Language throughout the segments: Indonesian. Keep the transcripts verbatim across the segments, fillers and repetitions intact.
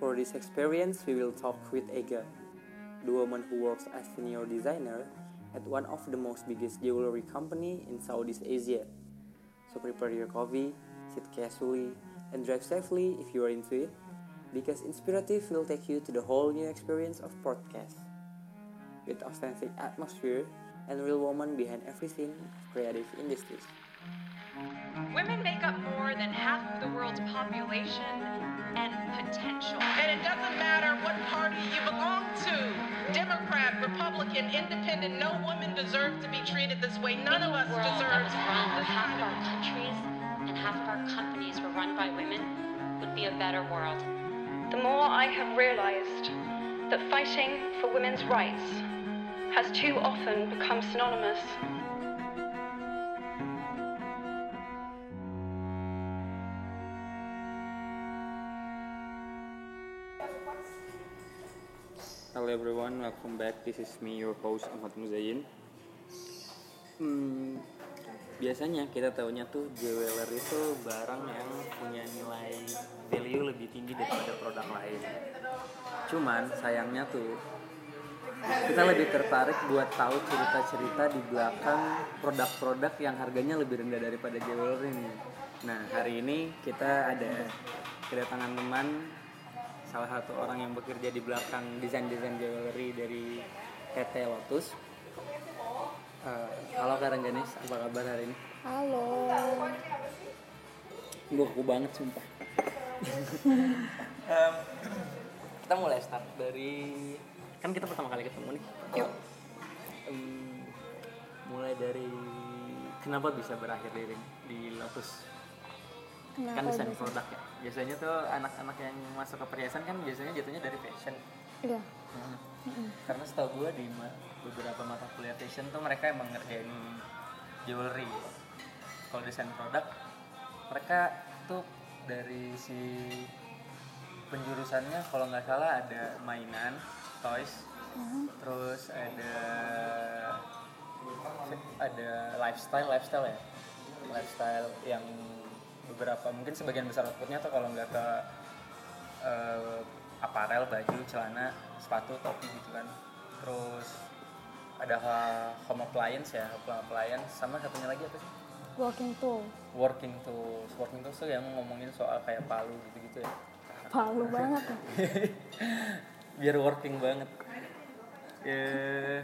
For this experience, we will talk with Ega, the woman who works as senior designer at one of the most biggest jewelry company in Southeast Asia. So prepare your coffee, sit casually, and drive safely if you are into it, because Inspirative will take you to the whole new experience of podcast. With authentic atmosphere and real woman behind every scene of creative industries. Women make up more than half of the world's population and potential. And it doesn't matter what party you belong to. Democrat, Republican, Independent, no woman deserves to be treated this way. None of us world deserve that was run, where half of our countries and half of our companies were run by women, would be a better world. The more I have realized that fighting for women's rights has too often become synonymous Hello everyone, welcome back. This is me, your host Ahmad Muzayin. Hmm, biasanya kita tahunya tuh jewelry itu barang yang punya nilai value lebih tinggi daripada produk lain. Cuman sayangnya tuh kita lebih tertarik buat tahu cerita-cerita di belakang produk-produk yang harganya lebih rendah daripada jewelry nih. Nah, hari ini kita ada kedatangan teman, salah satu orang yang bekerja di belakang desain-desain jewelry dari P T Lotus. Uh, halo Karen Janis, apa kabar hari ini? Halo. Gue kuku banget sumpah. um, kita mulai start dari, kan kita pertama kali ketemu nih. Yuk. Um, mulai dari kenapa bisa berakhir di di Lotus? Kenapa Kan desain bisa? produk ya. Biasanya tuh anak-anak yang masuk ke perhiasan kan biasanya jatuhnya dari fashion. Iya. Hmm. Mm-hmm. Karena setahu gue di ma- beberapa mata kuliah fashion tuh mereka emang ngerjain jewelry. Kalau desain produk, mereka tuh dari si penjurusannya kalau nggak salah ada mainan, toys, Mm-hmm. terus ada ada lifestyle, lifestyle ya, lifestyle yang beberapa mungkin sebagian besar outputnya tuh kalau nggak ke uh, aparel, baju, celana, sepatu, topi gitu kan. Terus ada home appliance ya, home appliance, sama satunya lagi apa sih? Working tool. Working tools, working tools tuh yang ngomongin soal kayak palu gitu-gitu ya. Palu banget ya. Biar working banget. Ya,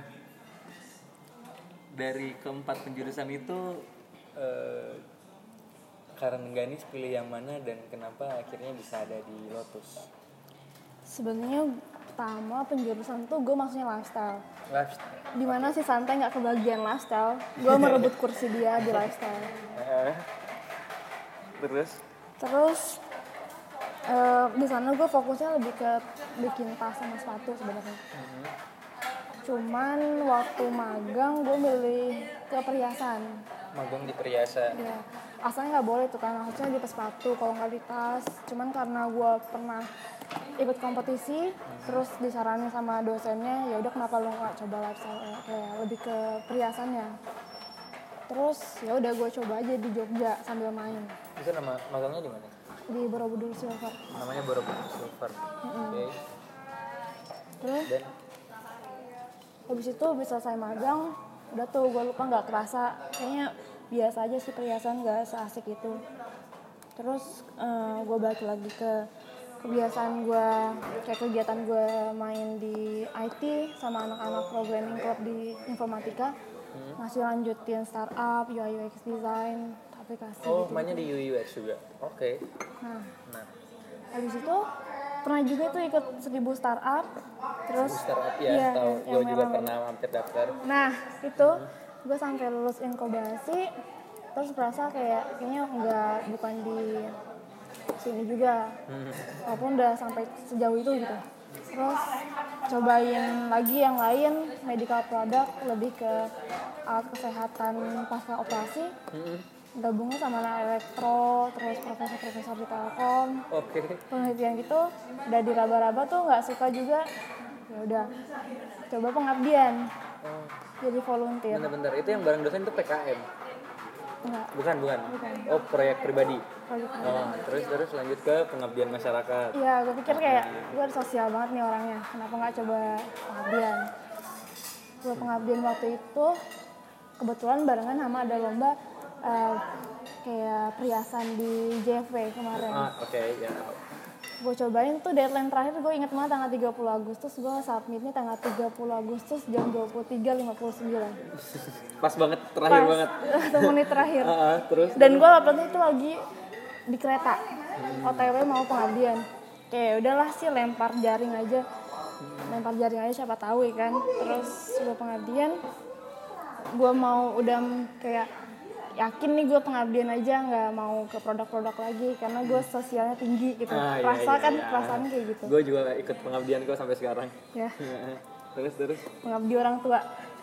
dari keempat penjurusan itu uh, Karen Ganis pilih yang mana dan kenapa akhirnya bisa ada di Lotus? Sebenarnya pertama penjurusan tuh gue maksudnya lifestyle. Lifestyle. Dimana si Santai nggak kebagian lifestyle, gue merebut kursi dia di lifestyle. Terus? Terus uh, di sana gue fokusnya lebih ke bikin tas sama sepatu sebenarnya. Mm-hmm. Cuman waktu magang gue milih ke perhiasan. Magang di perhiasan. Ya, asalnya nggak boleh tuh kan, maksudnya di sepatu kalau nggak di tas. Cuman karena gue pernah ikut kompetisi, hmm. terus disaranin sama dosennya, ya udah kenapa lu nggak coba lifestyle ya, kayak lebih ke perhiasannya. Terus ya udah gue coba aja di Jogja sambil main. Itu nama magangnya di mana? Di Borobudur Silver. Namanya Borobudur Silver. Mm-hmm. Oke. Okay. Terus Dan habis itu bisa selesai magang, udah tuh gue lupa nggak kerasa, kayaknya biasa aja sih perhiasan, nggak seasik itu. Terus uh, gue balik lagi ke kebiasaan gue, kayak kegiatan gue main di I T sama anak-anak programming club di informatika, hmm. masih lanjutin startup, U I U X design, aplikasi. Oh, gitu, mainnya gitu. di U I U X juga. Oke. Okay. Nah, nah, habis itu pernah juga tuh ikut seribu startup, terus startup ya, iya, tahu. Gue juga merah-merah. pernah hampir daftar. Nah, itu hmm. gue sampai lulus inkubasi, terus merasa kayak kayaknya enggak, bukan di sini juga, hmm. walaupun udah sampai sejauh itu gitu. Terus cobain lagi yang lain, medical product, lebih ke alat kesehatan pasca operasi. Hmm. Gabungnya sama anak elektro, terus profesor-profesor di Telkom. Oke. Okay. Penelitian gitu, udah diraba-raba tuh nggak suka juga. Ya udah, coba pengabdian. Oh. Jadi volunteer. Bentar-bentar, itu yang bareng dosen itu P K M? Enggak. Bukan, bukan. Bukan. Oh, proyek pribadi. project Oh, manager. terus terus lanjut ke pengabdian masyarakat. Iya, gue pikir kayak gue harus sosial banget nih orangnya, kenapa nggak coba pengabdian. Gue pengabdian waktu itu kebetulan barengan sama ada lomba uh, kayak perhiasan di J F W kemarin. Ah, oke okay, ya. Gue cobain tuh deadline terakhir gue inget banget tanggal tiga puluh Agustus, gue submitnya tanggal tiga puluh Agustus jam dua puluh tiga lima puluh sembilan. Pas banget, terakhir Pas, banget. satu menit terakhir. Uh, uh, terus Dan gue uploadnya itu lagi di kereta, O T W mau pengabdian. Kayak udahlah sih lempar jaring aja, lempar jaring aja siapa tahu ya kan. Terus gue pengabdian, gue mau udah kayak yakin nih gue pengabdian aja, nggak mau ke produk-produk lagi karena gue sosialnya tinggi gitu. Ah, iya, Rasa iya, kan iya. perasaannya kayak gitu. Gue juga ikut pengabdian gue sampai sekarang. Ya, terus terus. pengabdi orang tua.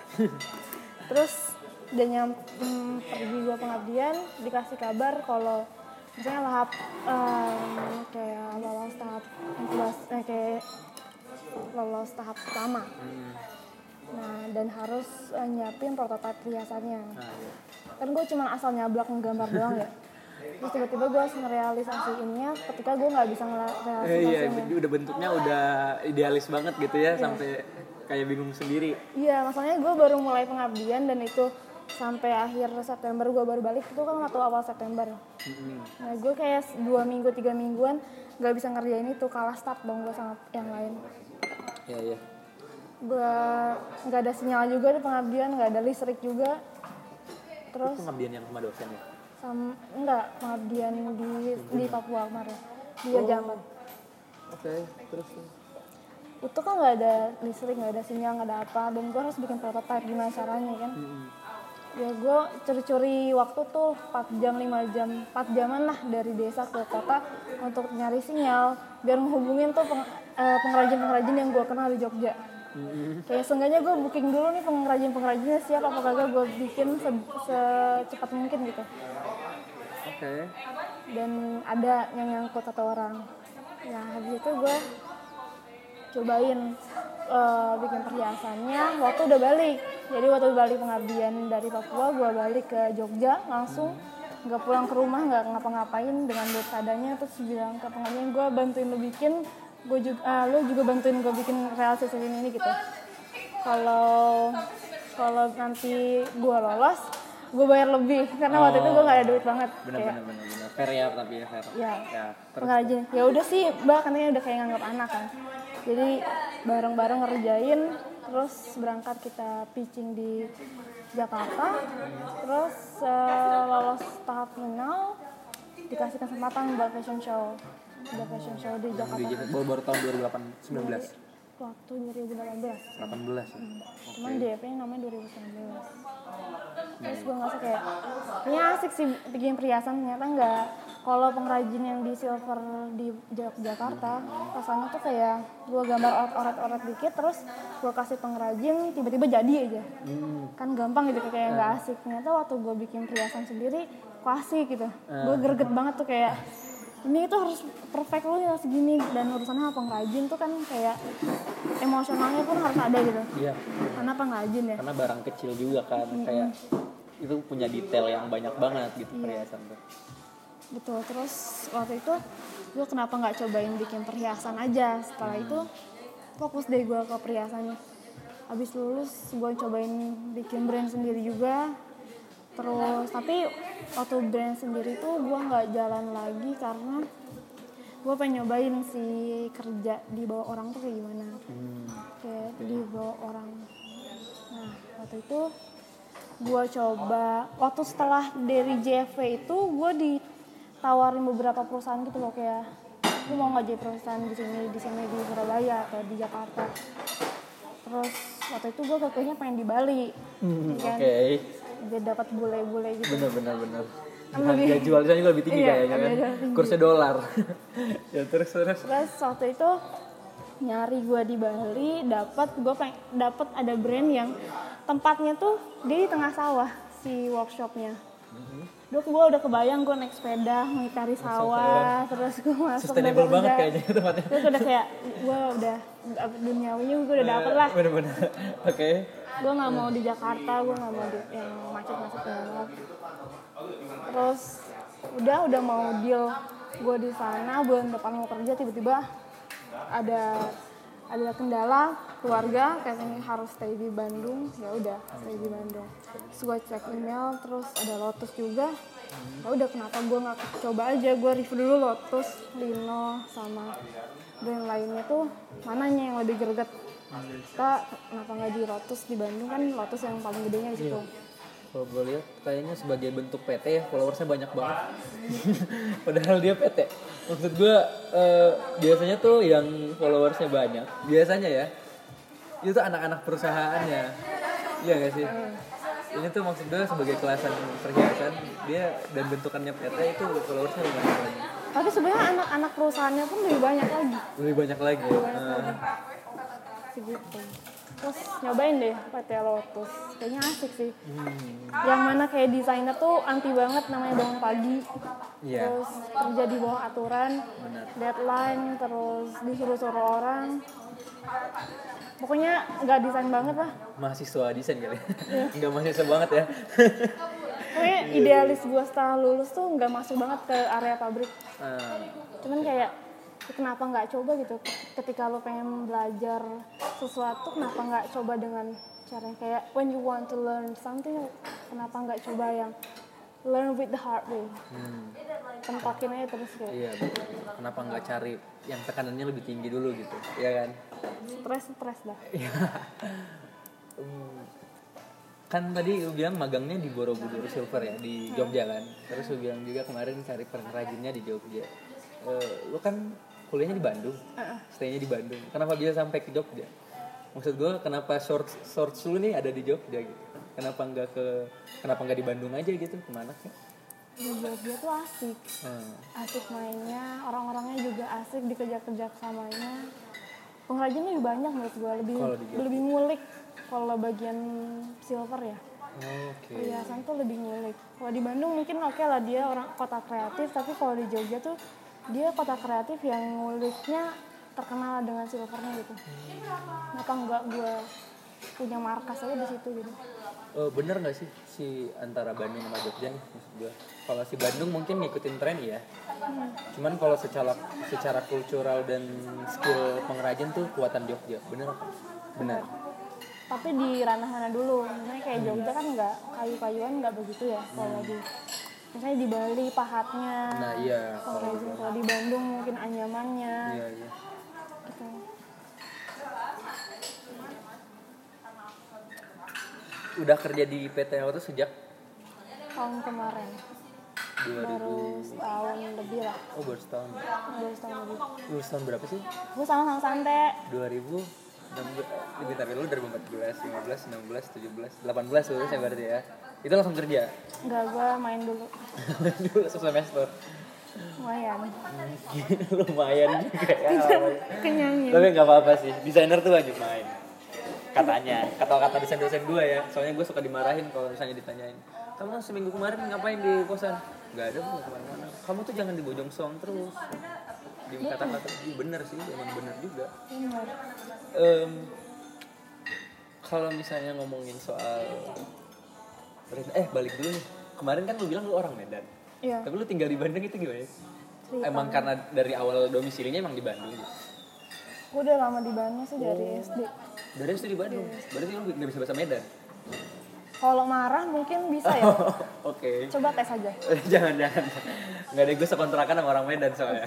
Terus udah nyam hmm, pergi gue pengabdian, dikasih kabar kalau misalnya tahap um, kayak lolos tahap inkubasi, eh, kayak lolos tahap pertama. Hmm. Nah, dan harus uh, nyiapin prototipe perhiasannya. Nah, iya. Kan gue cuma asal nyablak nggambar doang ya. Terus tiba-tiba gue harus ngerealisasiinnya ketika gue nggak bisa Eh, iya, ngerealisasiinnya. udah bentuknya udah idealis banget gitu ya, sampai kayak bingung sendiri. Iya, masalahnya gue baru mulai pengabdian dan itu sampai akhir September gue baru balik, itu kan waktu awal September. Mm-hmm. Nah, gue kayak dua minggu, tiga mingguan nggak bisa ngerjain itu, kalah start dong gue sama yang lain. Iya, iya. Gue nggak ada sinyal juga di pengabdian, nggak ada listrik juga. Terus Itu pengabdian yang sama dosen ya? sama enggak pengabdian di di Papua kemarin di Raja Ampat. Oke, terus. Itu kan nggak ada listrik, nggak ada sinyal, nggak ada apa, dan gue harus bikin prototipe gimana caranya kan. Mm-hmm. Ya gue curi-curi waktu tuh empat jam, lima jam, empat jaman lah dari desa ke kota untuk nyari sinyal biar menghubungin tuh peng, eh, pengrajin-pengrajin yang gue kenal di Jogja. Mm-hmm. Kayak seenggaknya gue booking dulu nih pengrajin-pengrajinnya siap apa kagak, gue bikin se- secepat mungkin gitu. Oke. Okay. Dan ada yang nyangkut satu orang. Nah habis itu gue cobain uh, bikin perhiasannya waktu udah balik. Jadi waktu balik pengabdian dari Papua, gue balik ke Jogja langsung, nggak pulang ke rumah, nggak ngapa-ngapain dengan duit seadanya. Terus bilang ke pengajian, gue bantuin lo bikin, gue juga, uh, lo juga bantuin gue bikin realisasi ini gitu. Kalau kalau nanti gue lolos, gue bayar lebih karena waktu itu gue nggak ada duit banget. Benar-benar benar-benar fair ya, tapi ya fair. Ya, Ya, terus. pengrajin. Ya udah sih, mbak katanya udah kayak nganggap anak kan. Jadi bareng-bareng ngerjain, terus berangkat kita pitching di Jakarta, terus uh, lolos tahap final, dikasih kesempatan buat fashion show, buat fashion show di Jakarta. Di baru, baru tahun dua ribu delapan belas. Waktu dua ribu delapan belas. delapan belas ya. Hmm. Cuman D P-nya namanya dua ribu sembilan belas. Terus gue ngerasa kayak, ini asik sih bikin perhiasan, ternyata enggak. Kalau pengrajin yang di silver di Jakarta, rasanya tuh kayak gue gambar oret-oret dikit, terus gue kasih pengrajin, tiba-tiba jadi aja. Hmm. Kan gampang gitu, kayak nggak asik. Ternyata waktu gue bikin perhiasan sendiri, kok asik gitu. Uh. Gue greget banget tuh kayak, ini tuh harus perfect loh ya segini. Dan urusannya sama pengrajin tuh kan kayak emosionalnya pun harus ada gitu. Iya. Karena pengrajin ya. Karena barang kecil juga kan, mm-hmm. kayak itu punya detail yang banyak banget gitu, iya. Perhiasan tuh. Betul, terus waktu itu gue kenapa nggak cobain bikin perhiasan aja. Setelah hmm. itu fokus deh gue ke perhiasannya. Habis lulus gue cobain bikin brand sendiri juga. Terus tapi waktu brand sendiri tuh gue nggak jalan lagi karena gue pengen nyobain si kerja di bawah orang tuh kayak gimana. Hmm. Kayak di bawah orang. Nah waktu itu gue coba, waktu setelah dari J F W itu gue ditawarin beberapa perusahaan gitu loh, kayak gue mau nggak jadi perusahaan di sini di sini di Surabaya atau di Jakarta. Terus waktu itu gue kayaknya pengen di Bali, hmm, kan? Oke. Okay. Biar dapat bule-bule gitu. Bener-bener bener. Lebih, harga jualnya juga lebih tinggi, iya, kayaknya kan, tinggi. Kursnya dolar. Ya terus terus. Terus waktu itu nyari gue di Bali, dapat gue pengen dapat ada brand yang tempatnya tuh dia di tengah sawah si workshopnya. Mm-hmm. Duh, gue udah kebayang gue naik sepeda mengitari sawah, terus gue masuk. Sustainable banget kayaknya tempatnya. Terus udah kayak gue udah duniawinya gue udah dapet lah. Bener-bener. Oke. Okay. Gue nggak mau di Jakarta, gue nggak mau di yang macet-macet banget. Terus udah udah mau deal gue di sana bulan depan mau kerja, tiba-tiba ada ada kendala keluarga kayak ini harus stay di Bandung, ya udah stay di Bandung. Terus gue cek email, terus ada Lotus juga. Ya udah kenapa gue nggak coba aja, gue review dulu Lotus, Lino sama brand lainnya tuh mananya yang lebih greget. Kita kenapa nggak di Lotus di Bandung, kan Lotus yang paling gedenya di situ. Iya. Kalau gue lihat kayaknya sebagai bentuk P T ya, followersnya banyak banget. Padahal dia P T. Maksud gue eh, biasanya tuh yang followersnya banyak, biasanya ya, itu tuh anak-anak perusahaannya. Iya gak sih? Ini tuh maksud gue sebagai kelasan perhiasan, dia dan bentukannya P T itu followersnya lebih banyak. Tapi sebenarnya anak-anak perusahaannya pun lebih banyak lagi. Lebih banyak lagi. Lebih banyak Nah. lagi. Segitu. Terus nyobain deh P T Lotus, kayaknya asik sih. Hmm. Yang mana kayak desainer tuh anti banget, namanya bangun pagi. Iya. Terus kerja di bawah aturan, Benar. deadline, terus disuruh-suruh orang. Pokoknya nggak desain banget lah. Mahasiswa desain kali. Enggak mahasiswa banget ya. Pokoknya idealis gue setelah lulus tuh nggak masuk banget ke area pabrik. Ah, Cuman kayak kenapa nggak coba gitu, ketika lo pengen belajar sesuatu kenapa nggak coba dengan cara yang kayak when you want to learn something, kenapa nggak coba yang learn with the hard way, hmm. tempakin aja terus kayak Iya betul. Kenapa nggak cari yang tekanannya lebih tinggi dulu gitu, ya kan? stres stres dah. Hmm. Kan tadi lu bilang magangnya di Borobudur Silver ya, di Jogja kan. Terus lu bilang juga kemarin cari pengrajinnya di Jogja. Uh, lu kan kuliahnya di Bandung, stay-nya di Bandung. Kenapa bisa sampai ke Jogja? Maksud gue kenapa short short lu nih ada di Jogja gitu? Kenapa nggak ke kenapa nggak di Bandung aja gitu? Kemana sih? Di Jogja tuh asik, Hmm. asik mainnya, orang-orangnya juga asik, dikejar-kejar samanya. Pengrajin lebih banyak menurut gue, lebih Kalau di Jogja. lebih ngulik. Kalau bagian silver ya, Oke. perhiasan tuh lebih ngulik. Kalau di Bandung mungkin oke lah, dia orang kota kreatif, tapi kalau di Jogja tuh dia kota kreatif yang nguliknya terkenal dengan silvernya gitu. Kenapa enggak gue punya markas aja di situ gitu? Oh, bener nggak sih si antara Bandung sama Jogja nih maksud gue? Kalau si Bandung mungkin ngikutin tren ya. Hmm. Cuman kalau secara secara kultural dan skill pengrajin tuh kuatan Jogja. Bener apa? Bener. Tapi di ranah mana dulu? Misalnya kayak Jogja kan nggak kayu-kayuan, nggak begitu ya. Kalau di misalnya di Bali pahatnya, Nah iya. pengrajin. Kalau di Bandung mungkin anyamannya. Iya iya. Gitu. Udah kerja di P T Auto sejak Tahun kemarin dua ribu. baru setahun lebih lah, Oh baru setahun. baru setahun lebih. Lulus tahun berapa sih? Gue sama-sama santai. dua ribu enam belas. Bentar dulu dua ribu empat belas, lima belas, enam belas, tujuh belas, delapan belas lulusnya berarti ya. Itu langsung kerja. Enggak, gue main dulu. Dulu semester. Lumayan. Lumayan juga ya. Kenyangin. Tapi nggak apa-apa sih, desainer tuh wajib main. Katanya, kata-kata desain dosen gue ya. Soalnya gue suka dimarahin kalau misalnya ditanyain, kamu seminggu kemarin ngapain di kosan? Nggak ada, bu, kemana-mana. Kamu tuh jangan di Bojongsong terus. Di kata-kata, iya bener sih, emang bener juga. Bener. Um, kalau misalnya ngomongin soal, eh balik dulu nih. Kemarin kan lu bilang lu orang Medan. Iya. Tapi lu tinggal di Bandung itu gimana? Cerita. Emang karena dari awal domisilinya emang di Bandung gitu? Gue udah lama di Bandung sih dari S D. Dari itu di Bandung? Berarti lu gak bisa bahasa Medan? Kalau marah mungkin bisa ya. Oke. Coba tes aja. Jangan, jangan. Gak ada, gue sekontrakan sama orang Medan soalnya.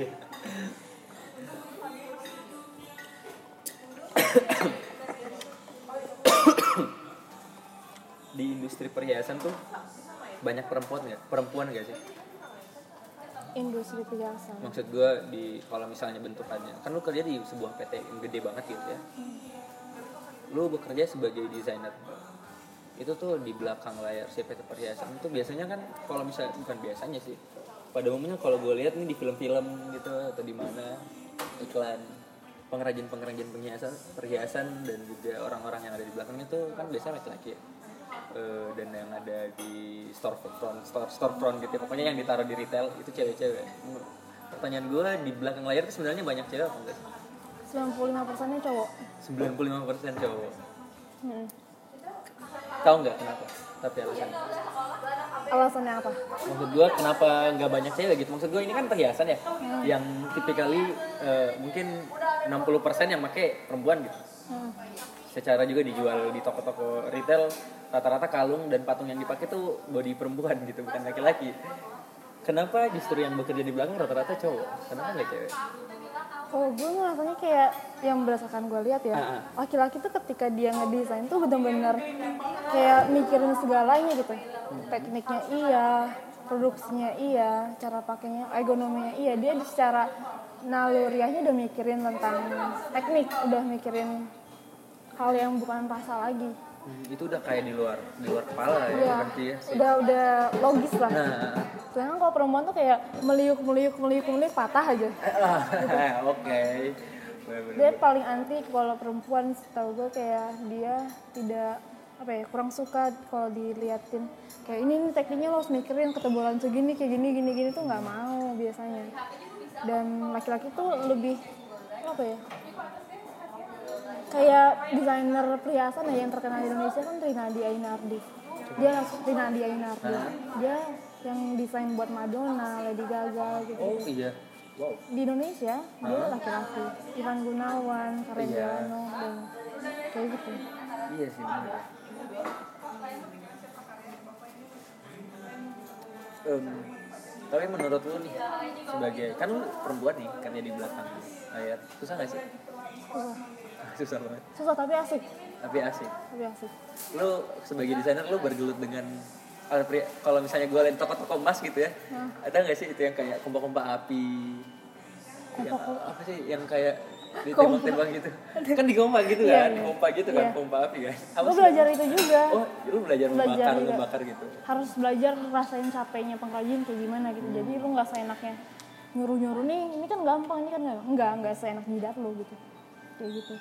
Di industri perhiasan tuh banyak perempuan nggak? Perempuan nggak sih? Industri perhiasan. Maksud gue di kalau misalnya bentukannya, kan lu kerja di sebuah P T yang gede banget gitu ya. Lu bekerja sebagai desainer. Itu tuh di belakang layar si P T perhiasan itu biasanya kan kalau misalnya bukan biasanya sih. Pada umumnya kalau gue lihat nih di film-film gitu atau di mana iklan pengrajin-pengrajin perhiasan, perhiasan dan juga orang-orang yang ada di belakangnya tuh kan biasanya laki-laki ya. Uh, dan yang ada di storefront, store storefront gitu, pokoknya yang ditaruh di retail itu cewek-cewek. Pertanyaan gue di belakang layar itu sebenarnya banyak cewek apa enggak? sembilan puluh lima persennya cowok. sembilan puluh lima persen cowok. Hmm. Tahu nggak kenapa? Tapi alasannya? alasannya apa? Maksud gue kenapa nggak banyak cewek gitu? Maksud gue ini kan perhiasan ya, hmm. yang tipikali uh, mungkin enam puluh persen yang pakai perempuan gitu. Hmm. Secara juga dijual di toko-toko retail, rata-rata kalung dan patung yang dipakai tuh body perempuan gitu, bukan laki-laki. Kenapa justru yang bekerja di belakang rata-rata cowok? Kenapa nggak cewek? Oh, gue ngerasanya kayak yang berdasarkan gue lihat ya, uh-huh. laki-laki tuh ketika dia ngedesain tuh benar-benar kayak mikirin segalanya gitu. Hmm. Tekniknya iya, produksinya iya, cara pakainya, ergonominya iya. Dia secara naluriahnya udah mikirin tentang teknik, udah mikirin hal yang bukan rasa lagi. Hmm, itu udah kayak di luar di luar kepala ya, ya berarti ya sih. Udah udah logis lah. Nah. Soalnya kalau perempuan tuh kayak meliuk meliuk meliuk meliuk patah aja. Gitu. Oke. Okay. Dia paling anti kalau perempuan, setahu gue kayak dia tidak apa ya, kurang suka kalau diliatin kayak ini, ini tekniknya lo harus mikirin ketebalan segini kayak gini gini gini tuh nggak mau biasanya. Dan laki-laki tuh lebih apa ya? Kayak desainer perhiasan ya yang terkenal di Indonesia kan Rinaldi Ainardi. Dia Rinaldi Ainardi. Dia yang desain buat Madonna, Lady Gaga gitu. Oh iya. Wow. Di Indonesia dia huh? laki-laki. Ivan Gunawan, Karen iya. Delano dan kayak gitu. Iya sih benar. Um, tapi menurut lu nih sebagai kan lu perempuan nih kerja di belakang layar, susah nggak sih? Susah. Susah banget. Susah tapi asik. Tapi asik. Tapi asik. Lu sebagai desainer lu bergelut dengan kalau misalnya gue liat toko-toko emas gitu ya, hmm. ada nggak sih itu yang kayak kompa-kompa api, yang apa sih yang kayak ditembak-tembak gitu, kan di kompa gitu kan, yeah, kompa gitu yeah. kan, kompa api kan. Gue belajar itu juga. Oh, lu belajar, belajar membakar, lu bakar gitu. Harus belajar rasain capeknya pengrajin kayak gimana gitu. Hmm. Jadi lu nggak seenaknya nyuruh-nyuruh nih, ini kan gampang, ini kan nggak, nggak seenak jidat lu gitu, kayak gitu.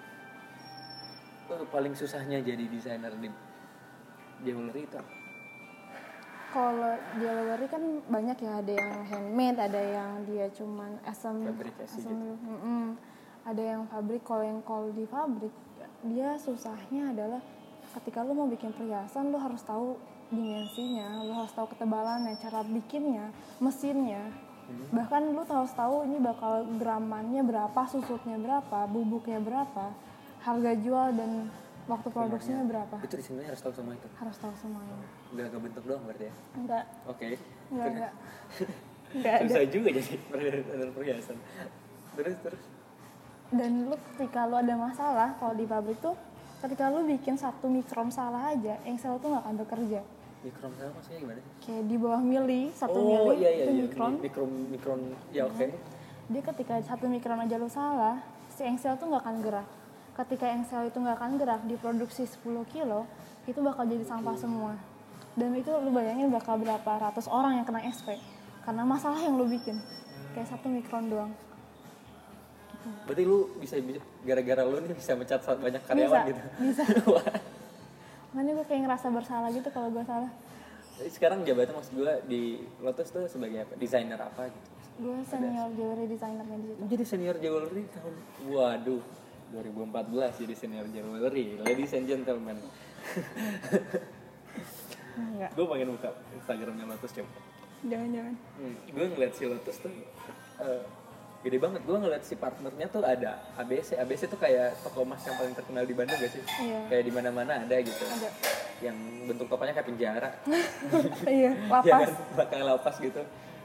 Lu paling susahnya jadi desainer di jewelry itu? Kalau jewelry kan banyak ya, ada yang handmade, ada yang dia cuman asem, asem gitu. Ada yang pabrik. Kalau yang kalau di pabrik dia susahnya adalah ketika lu mau bikin perhiasan lu harus tahu dimensinya, lu harus tahu ketebalannya, cara bikinnya, mesinnya. Hmm. Bahkan lu harus tahu ini bakal gramannya berapa, susutnya berapa, bubuknya berapa, harga jual dan waktu produksinya berapa? Itu di sini harus tahu semua itu. Harus tahu semuanya. Enggak kebentuk doang berarti ya? Enggak. Oke. Okay. Enggak, enggak. Enggak ada. Susah juga jadi perhiasan. Terus terus. Dan lu ketika lu ada masalah kalau di pabrik tuh, ketika lu bikin satu mikron salah aja, engsel tuh nggak akan bekerja. Mikron salah maksudnya gimana? Kayak di bawah mili, satu oh, mili iya, iya, itu iya. mikron. Mikron mikron ya oke. Okay. Dia ketika satu mikron aja lu salah, si engsel tuh nggak akan gerak. Ketika engsel itu nggak akan gerak, diproduksi sepuluh kilo, itu bakal jadi sampah semua. Dan itu lu bayangin bakal berapa ratus orang yang kena S P karena masalah yang lu bikin, kayak satu mikron doang. Gitu. Berarti lu bisa, bisa gara-gara lu nih bisa mencat banyak karyawan bisa, gitu? Bisa, makanya gue kayak ngerasa bersalah gitu kalau gue salah. Sekarang jabatan maksud gue di Lotus tuh sebagai apa? Desainer apa gitu? Gue senior jewelry designernya di situ. Jadi senior jewelry tahun, waduh, dua ribu empat belas jadi senior jewelry, ladies and gentlemen. Gue pengen buka Instagramnya Lotus coba. Jangan-jangan. Hmm, gue ngeliat si Lotus tuh uh, gede banget. Gue ngeliat si partnernya tuh ada A B C. A B C tuh kayak toko emas yang paling terkenal di Bandung gak sih? Iya. Kayak di mana-mana ada gitu. Ada. Yang bentuk tokonya kayak penjara. Iya, lapas. Ya kan? Kayak lapas gitu.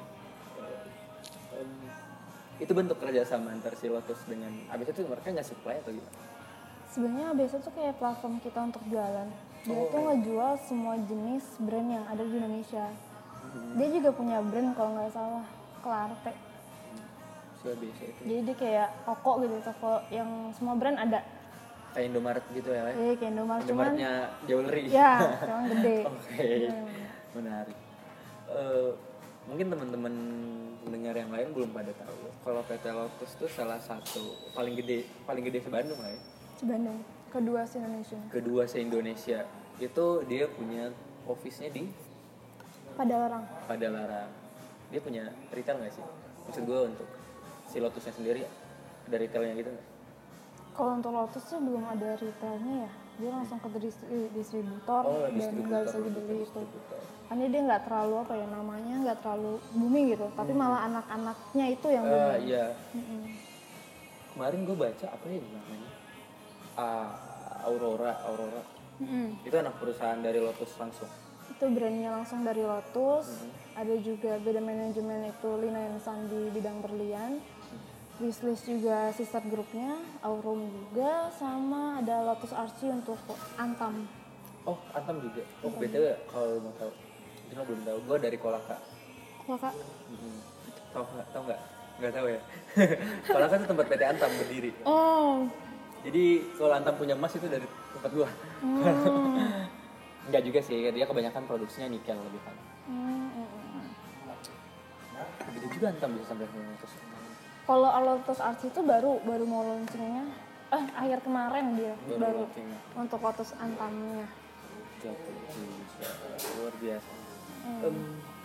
Um, itu bentuk kerjasama antar si Lotus dengan A B C tuh mereka nggak supply atau gimana? Sebenarnya A B C tuh kayak platform kita untuk jualan. Dia oh. tuh ngejual semua jenis brand yang ada di Indonesia. Hmm. Dia juga punya brand kalau nggak salah, Clarte. Si A B C itu. Jadi dia kayak toko gitu, toko yang semua brand ada. Kayak Indomaret gitu ya? Iya, kayak Indomaret. Indomaretnya jewelry. Iya, cuman gede. Oke, okay. Menarik. Uh, mungkin teman-teman pendengar yang lain belum pada tahu kalau P T Lotus tuh salah satu paling gede, paling gede se-Bandung lah ya. Se-Bandung. Kedua se-Indonesia. Kedua se-Indonesia. Itu dia punya office-nya di Padalarang. Padalarang. Dia punya retail nggak sih? Maksud gue untuk si Lotusnya sendiri ada retailnya gitu nggak? Kalau untuk Lotus sih belum ada retailnya ya. dia langsung ke distri- distributor Oh, dan distributor, nggak bisa dibeli itu. distributor. Karena dia nggak terlalu apa ya namanya nggak terlalu booming gitu, tapi malah anak-anaknya itu yang Ah booming. iya. Mm-mm. Kemarin gue baca apa ya namanya? Ah, Aurora, Aurora. Mm-mm. Itu anak perusahaan dari Lotus langsung. Itu brandnya langsung dari Lotus. Ada juga beda manajemen itu Lina Yansan di bidang berlian. Wishlist juga sister grupnya, Aurum juga, sama ada Lotus Archie untuk Antam. Oh, Antam juga. Oh, B T W kalau mau tahu. Itu lo belum tahu. Gue dari Kolaka. Wah kak, Hmm. Tahu nggak? Tahu nggak? Nggak tahu ya. Kolaka itu tempat P T Antam berdiri. oh, Jadi kalau Antam punya emas itu dari tempat gua. hmm. Enggak juga sih, dia kebanyakan produksinya nikel lebih kan. Hmm, hmm, hmm. Begitu juga Antam bisa sampai ke Lotus. Kalau Lotus Archie itu baru baru mau launchingnya, eh akhir kemarin dia Baru baru, launchingnya. untuk Lotus Antamnya. Jatuh, bisa. Luar biasa. Hmm. Em,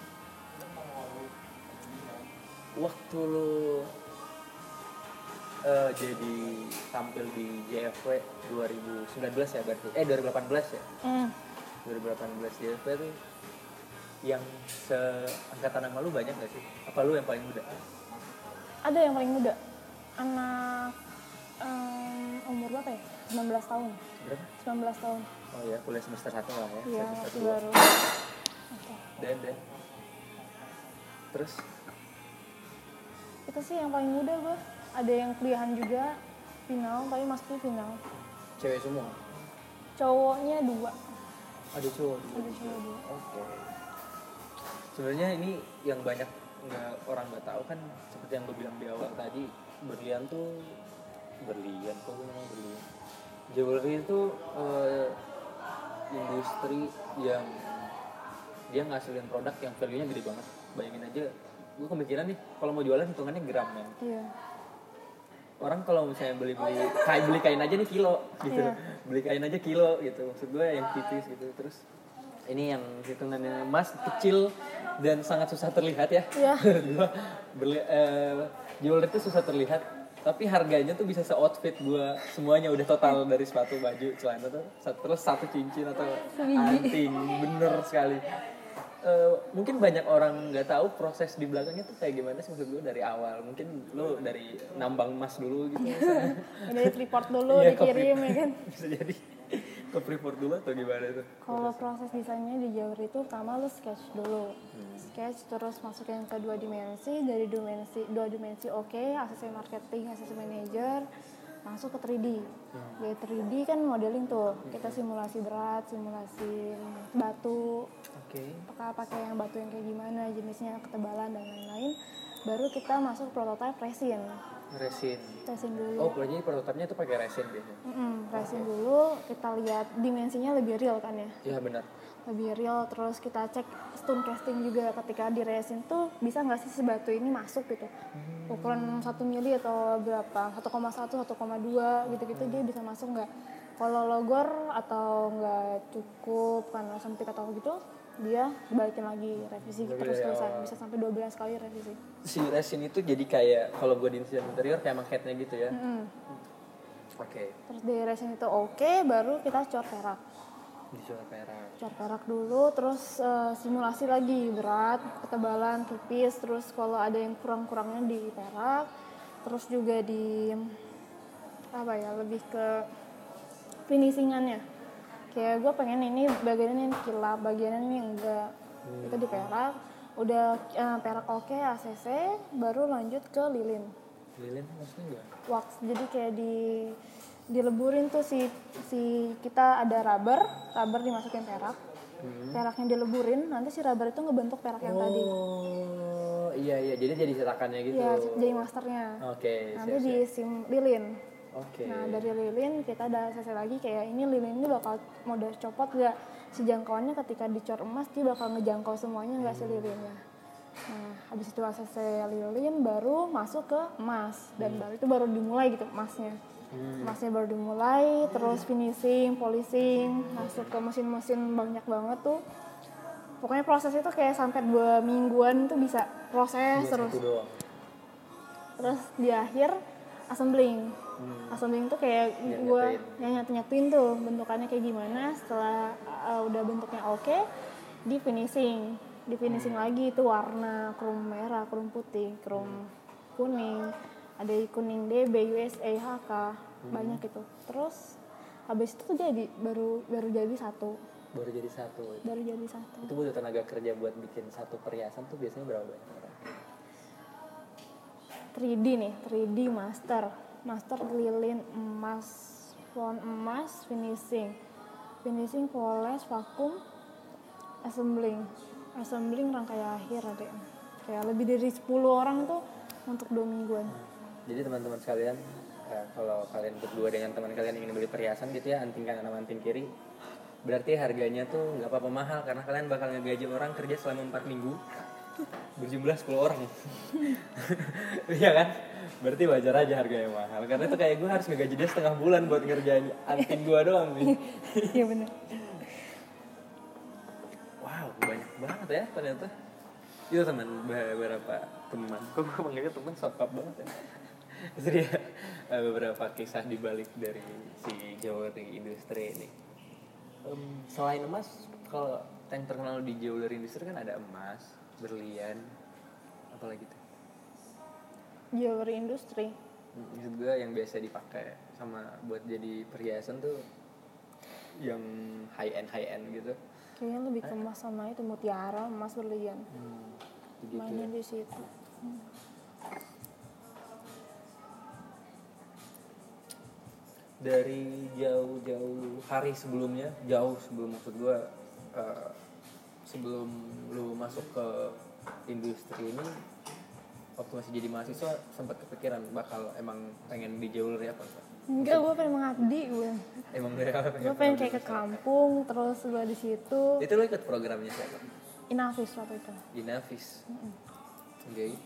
waktu lu eh, jadi tampil di J F W dua ribu sembilan belas ya berarti? Eh dua ribu delapan belas ya? Hmm. dua ribu delapan belas J F W tuh yang seangkatan sama lu banyak gak sih? Apa lu yang paling muda? Ada yang paling muda, anak em, umur berapa ya? sembilan belas tahun. Berapa? sembilan belas tahun. Oh ya, kuliah semester satu lah ya. Iya, semester masih dua. baru. Oke. Dan, dan. Terus? Itu sih yang paling muda gue. Ada yang kuliahan juga, final, tapi masuknya final. Cewek semua? Cowoknya dua. Ada cowok? Ada cowok dua. Oke. Sebenarnya ini yang banyak nggak orang nggak tahu kan seperti yang gue bilang di awal tadi, berlian tuh berlian kok gue ngomong berlian. Jewelry itu eh, industri yang dia ngasilin produk yang value-nya gede banget. Bayangin aja, gue kepikiran nih kalau mau jualan hitungannya gram ya. Iya. Orang kalau misalnya beli beli kain beli kain aja nih kilo gitu, Iya. beli kain aja kilo gitu, maksud gue yang tipis gitu. Terus ini yang hitungannya emas kecil dan sangat susah terlihat ya. Iya. Gue beli eh, jewelry itu susah terlihat, tapi harganya tuh bisa se-outfit gue semuanya udah total dari sepatu, baju, celana tuh terus satu cincin atau anting, bener sekali. Uh, mungkin banyak orang nggak tahu proses di belakangnya tuh kayak gimana sih, maksud gue dari awal mungkin lo dari nambang emas dulu gitu misalnya. Dari Freeport dulu Iya, ke dikirim Freeport. ya kan. Bisa jadi ke Freeport dulu atau gimana tuh? Kalau proses desainnya di jewelry itu pertama lu sketch dulu. Sketch terus masukin ke dua dimensi, dari dimensi dua dimensi oke, A C C marketing, A C C manager, masuk ke tiga D. Dari tiga D kan modeling tuh. Kita simulasi berat, simulasi batu. Oke. Apakah pakai yang batu yang kayak gimana, jenisnya, ketebalan dan lain-lain. Baru kita masuk prototype resin. Resin. Resin dulu. Oh, berarti prototipenya tuh pakai resin biasanya? Mm-mm, resin dulu, kita lihat dimensinya lebih real kan ya. Iya benar. Lebih real, terus kita cek stone casting juga ketika di resin tuh bisa nggak sih si batu ini masuk gitu. Ukuran satu mili atau berapa, satu koma satu, satu koma dua gitu-gitu dia bisa masuk nggak. Kalau logor atau nggak cukup karena sempit atau gitu, dia balikin lagi revisi Lebih terus dari terusan, awal. bisa sampai dua belas kali revisi. Si resin itu jadi kayak kalau gue di desain interior kayak magnetnya gitu ya. Mm-mm. Oke. Terus dari resin itu oke, baru kita cor perak. Dijual perak. Cor perak dulu, terus eh, simulasi lagi berat, ketebalan, tipis, terus kalau ada yang kurang-kurangnya di perak, terus juga di apa ya, lebih ke finishingannya. Kayak gue pengen ini bagian ini kilap, bagian ini enggak, itu di perak. Udah eh, perak oke, A C C, baru lanjut ke lilin, Lilin maksudnya gimana? wax. Jadi kayak di dileburin tuh si si kita ada rubber, rubber dimasukin perak, peraknya dileburin, nanti si rubber itu ngebentuk perak yang tadi. Oh iya iya, jadi jadi cetakannya gitu. Ya, jadi masternya. Oke. Nanti siap, di siap. sim lilin. Oke. Nah dari lilin kita ada A C C lagi, kayak ini lilin ini bakal mode copot gak? Si jangkauannya ketika dicor emas dia bakal ngejangkau semuanya nggak si lilinnya. Nah habis itu A C C lilin baru masuk ke emas, dan baru itu baru dimulai gitu emasnya. Emasnya baru dimulai, terus finishing, polishing, masuk ke mesin-mesin banyak banget tuh. Pokoknya proses itu kayak sampai dua mingguan tuh bisa proses Dua terus. satu doang. Terus di akhir A assembling. Hmm. Assembling tuh kayak Nyat- gue nyatuin. yang nyatu-nyatuin tuh bentukannya kayak gimana. Setelah uh, udah bentuknya oke, di finishing, di finishing lagi itu warna, chrome merah, chrome putih, chrome kuning, ada kuning D B, U S A, H K, banyak itu. Terus habis itu tuh jadi baru baru jadi satu, Baru jadi satu. baru jadi satu. Itu butuh tenaga kerja buat bikin satu perhiasan tuh biasanya berapa banyak orang? tiga D nih, tiga D master, master lilin emas, font emas, finishing, finishing poles, vakum, assembling, assembling rangkaian akhir ada, kayak lebih dari sepuluh orang tuh untuk dua mingguan. Jadi teman-teman sekalian, eh, kalau kalian berdua dengan teman kalian ingin beli perhiasan gitu ya, anting kanan sama anting kiri, berarti harganya tuh nggak apa-apa mahal karena kalian bakal ngegaji orang kerja selama empat minggu berjumlah sepuluh orang. Iya kan? Berarti wajar aja harganya mahal karena itu kayak gue harus ngegaji dia setengah bulan buat ngerjain anting gue doang nih. Iya benar. Wow, banyak banget ya ternyata. Itu teman, beberapa teman. Kok gue panggilnya teman sokap banget ya. Jadi ya, beberapa kisah dibalik dari si jewelry industri ini. Um, selain emas, kalau yang terkenal di jewelry industri kan ada emas, berlian, apalagi tuh. Jewelry industry. Maksud gue yang biasa dipakai sama buat jadi perhiasan tuh yang high end high end gitu. Kayaknya lebih ke emas sama itu mutiara, emas berlian. Hmm, gitu Mainnya ya. di situ. Hmm. Dari jauh-jauh hari sebelumnya, jauh sebelum maksud gue uh, sebelum lu masuk ke industri ini, waktu masih jadi mahasiswa sempat kepikiran bakal emang pengen di jewelry apa enggak? Enggak, gue pengen mengabdi gue. Emang dari awal Gue pengen kayak ke kampung, terus gue di situ. Itu lo ikut programnya siapa? Inavis waktu itu. Inavis. Oke.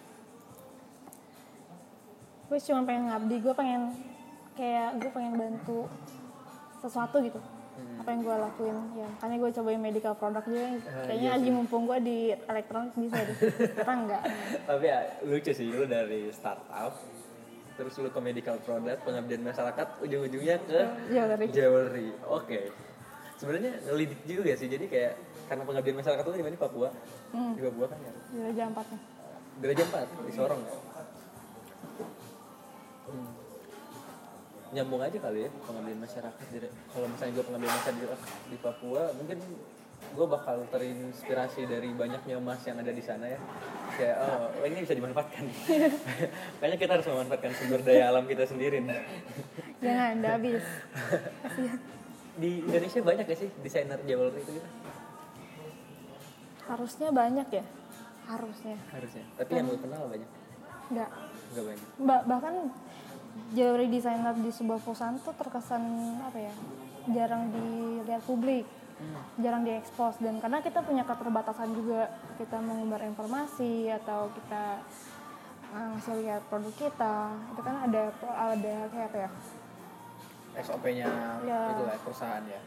Gue cuma pengen ngabdi, gue pengen kayak gue pengen bantu sesuatu gitu. Hmm. Apa yang gue lakuin ya, makanya gue cobain medical product juga. Uh, Kayaknya iya lagi sih. mumpung gue di elektronik bisa deh. Sekarang enggak. Tapi ya lucu sih, lu dari startup terus lu ke medical product, pengabdian masyarakat, ujung-ujungnya ke Jewelry. jewelry. Oke. Sebenarnya ngelidik juga sih, jadi kayak karena pengabdian masyarakat itu di mana? Papua. Hmm. Di Papua kan ya. Di Raja Ampatnya. Di Raja Ampat, di Sorong ya. Hmm. Nyambung aja kali ya pengabdian masyarakat. Jadi kalau misalnya gue pengabdian masyarakat di Papua, mungkin gue bakal terinspirasi dari banyaknya emas yang ada di sana ya. Kayak oh ini bisa dimanfaatkan. Kayaknya kita harus memanfaatkan sumber daya alam kita sendiri nih. Jangan, udah habis. Di Indonesia banyak gak sih desainer jewelry itu gitu? Harusnya banyak ya. Harusnya. Harusnya. Tapi yang lu kenal banyak? Enggak. Enggak banyak. Ba- bahkan jewelry designer di sebuah perusahaan tuh terkesan apa ya, jarang dilihat publik, hmm. jarang diekspos. Dan karena kita punya keterbatasan juga, kita mengumbar informasi atau kita uh, ngasih lihat produk kita, itu kan ada ada kayak apa ya, S O P-nya Ya. itu lah perusahaan ya.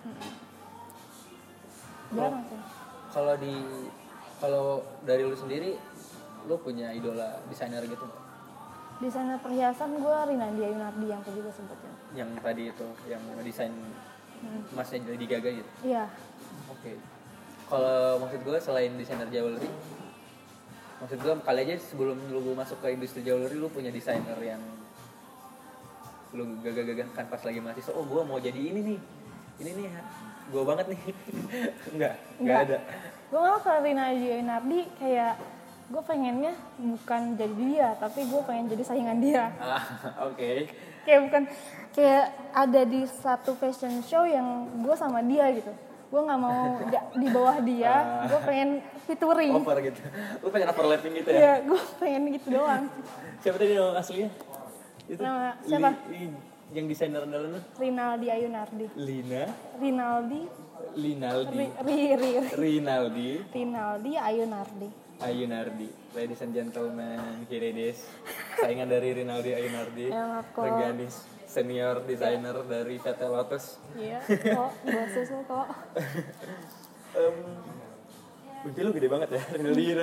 jarang sih. Kalau di kalau dari lu sendiri, lu punya idola desainer gitu nggak? Desainer perhiasan gue Rinaldi Ayunardi yang tadi gue sebutin. Yang tadi itu, yang desain hmm. emasnya Lady Gaga gitu. Iya. Oke. Kalau maksud gue selain desainer jewelry, maksud gue kali aja sebelum lu masuk ke industri jewelry lu punya desainer yang lu gagah-gagahkan pas lagi mahasiswa. Oh gue mau jadi ini nih, ini nih gue banget nih. Enggak, enggak ada. Gue malah ke Rinaldi Ayunardi kayak gue pengennya bukan jadi dia, tapi gue pengen jadi saingan dia. Ah, oke. Okay. Kayak bukan kayak ada di satu fashion show yang gue sama dia gitu. Gue nggak mau di bawah dia, gue pengen featuring. Over gitu. Lu pengen overlapping gitu ya? Iya, gue pengen gitu doang. Siapa tadi nama aslinya? Itu Nama siapa? Li, li, yang desainer andalan lu? Rinaldi Ayunardi. Lina, Rinaldi. Linaldi, Ri, ri, ri, Rinaldi, Rinaldi Ayunardi. Ayunardi. Ladies and gentlemen, here it is. Saingan dari Rinaldi Ayunardi. Enak kok. Reganis senior designer dari P T Lotus. Iya, kok bosses lo kok. um, Mimpi lu gede banget ya, Rinaldi.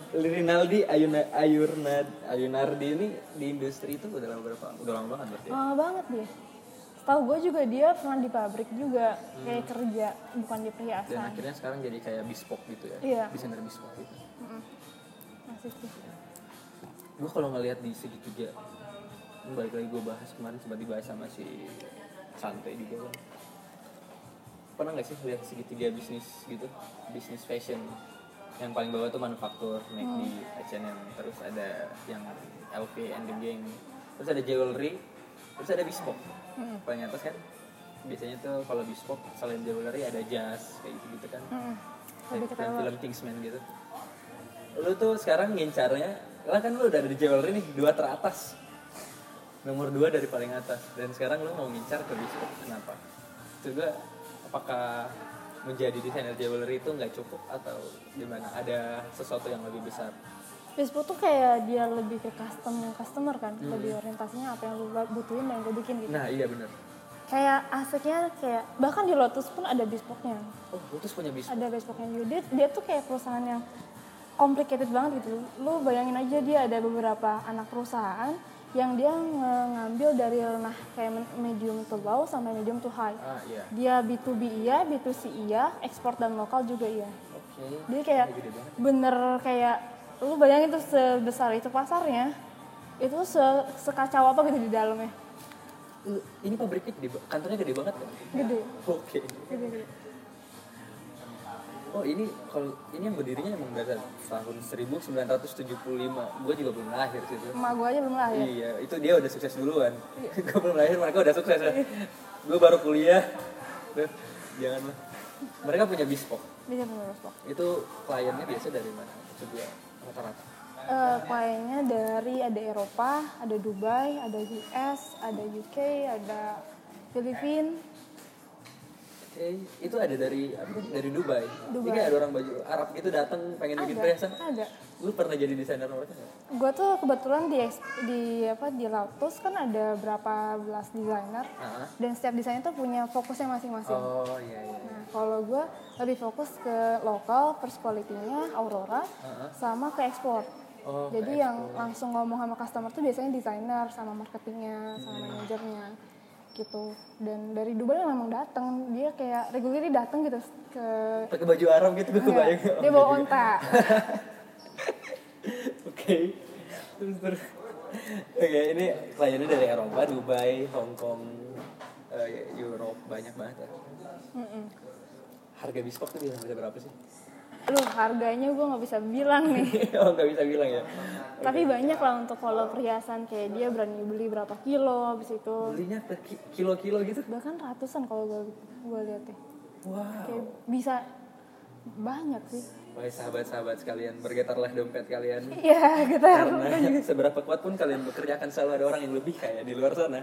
Rinaldi Ayuna, Ayurnad, Ayunardi ini di industri itu udah lama berapa? Udah lama banget berarti ya? Lama banget dia. Tahu gue juga dia pernah di pabrik juga, hmm. kayak kerja, bukan di perhiasan. Dan akhirnya sekarang jadi kayak bespoke gitu ya? Iya. Desainer bespoke gitu. Mm-mm. Masih sih. Gue kalau ngelihat di segitiga, balik lagi gue bahas kemarin sempat dibahas sama si Santai juga kan. Pernah nggak sih lihat segitiga bisnis gitu, bisnis fashion? Yang paling bawah tuh manufaktur, M A C D, hmm. H and M, terus ada yang L V and the Gang, terus ada jewelry, terus ada bespoke. Hmm. Paling atas kan biasanya tuh kalau bespoke selain jewelry ada jazz kayak gitu gitu kan. Hmm. Kayak film Kingsman gitu. Lu tuh sekarang ngincarnya, lah kan lu udah ada di jewelry nih, dua teratas, nomor dua dari paling atas, dan sekarang lu mau ngincar ke bespoke, kenapa? Juga apakah menjadi desainer jewelry itu nggak cukup atau gimana? Ada sesuatu yang lebih besar? Bespoke tuh kayak dia lebih ke custom customer kan, hmm. lebih orientasinya apa yang lu butuhin dan gue bikin gitu. Nah iya benar. Kayak asiknya kayak bahkan di Lotus pun ada bespoke-nya. Oh Lotus punya bespoke? Ada bespoke-nya juga. Dia, dia tuh kayak perusahaan yang complicated banget gitu. Lu bayangin aja dia ada beberapa anak perusahaan yang dia ngambil dari ranah kayak medium to low sampai medium to high. Ah, iya. Dia B to B iya, B to C iya, ekspor dan lokal juga iya. Oke. Okay. Dia kayak bener kayak lu bayangin tuh sebesar itu pasarnya, itu se sekacau apa gitu di dalamnya. Ini pabriknya gede, kantornya gede banget kan? Gede. Oke. Okay. Gede-gede. Oh ini kalau ini yang berdirinya emang dari tahun seribu sembilan ratus tujuh puluh lima. Gue juga belum lahir sih itu. Emak gue aja belum lahir. Iya, itu dia udah sukses duluan. Iya. Gue belum lahir, mereka udah sukses ya. Gue baru kuliah. Duh, janganlah. Mereka punya bespoke. Bisa punya bespoke. Itu kliennya biasa dari mana? Coba rata-rata. Uh, kliennya dari ada Eropa, ada Dubai, ada U S, ada U K, ada Filipina. Eh, itu ada dari apa dari Dubai. Dubai. Ini ada orang baju Arab gitu datang pengen bikin perhiasan. Ada. Lu pernah jadi desainer mereka enggak? Gua tuh kebetulan di di apa di Lotus kan ada berapa belas desainer. Uh-huh. Dan setiap desainer tuh punya fokusnya masing-masing. Oh iya iya. Nah, kalau gua lebih fokus ke lokal, first quality-nya Aurora, uh-huh. sama ke ekspor. Oh, jadi yang ekspor. Langsung ngomong sama customer tuh biasanya desainer sama marketingnya, sama hmm. manajernya. Gitu. Dan dari Dubai memang datang, dia kayak regularly datang gitu ke pakai baju Arab gitu gue kebayang. Dia bawa onta. Oke. Terus terus. Oke, ini kliennya dari Eropa, Dubai, Hong Kong, uh, Europe, banyak banget ya. Mm-mm. Harga bespoke tuh bisa berapa sih? Loh, harganya gue nggak bisa bilang nih. Oh, nggak bisa bilang ya. Tapi okay. Banyak lah untuk kalau perhiasan kayak dia berani beli berapa kilo habis itu. Belinya per kilo-kilo gitu? Bahkan ratusan kalau gue gue lihat ya. Wow. Kayak bisa banyak sih. Wahai sahabat-sahabat sekalian, bergetarlah dompet kalian. Iya, getar. Karena seberapa kuat pun kalian bekerja akan selalu ada orang yang lebih kaya di luar sana.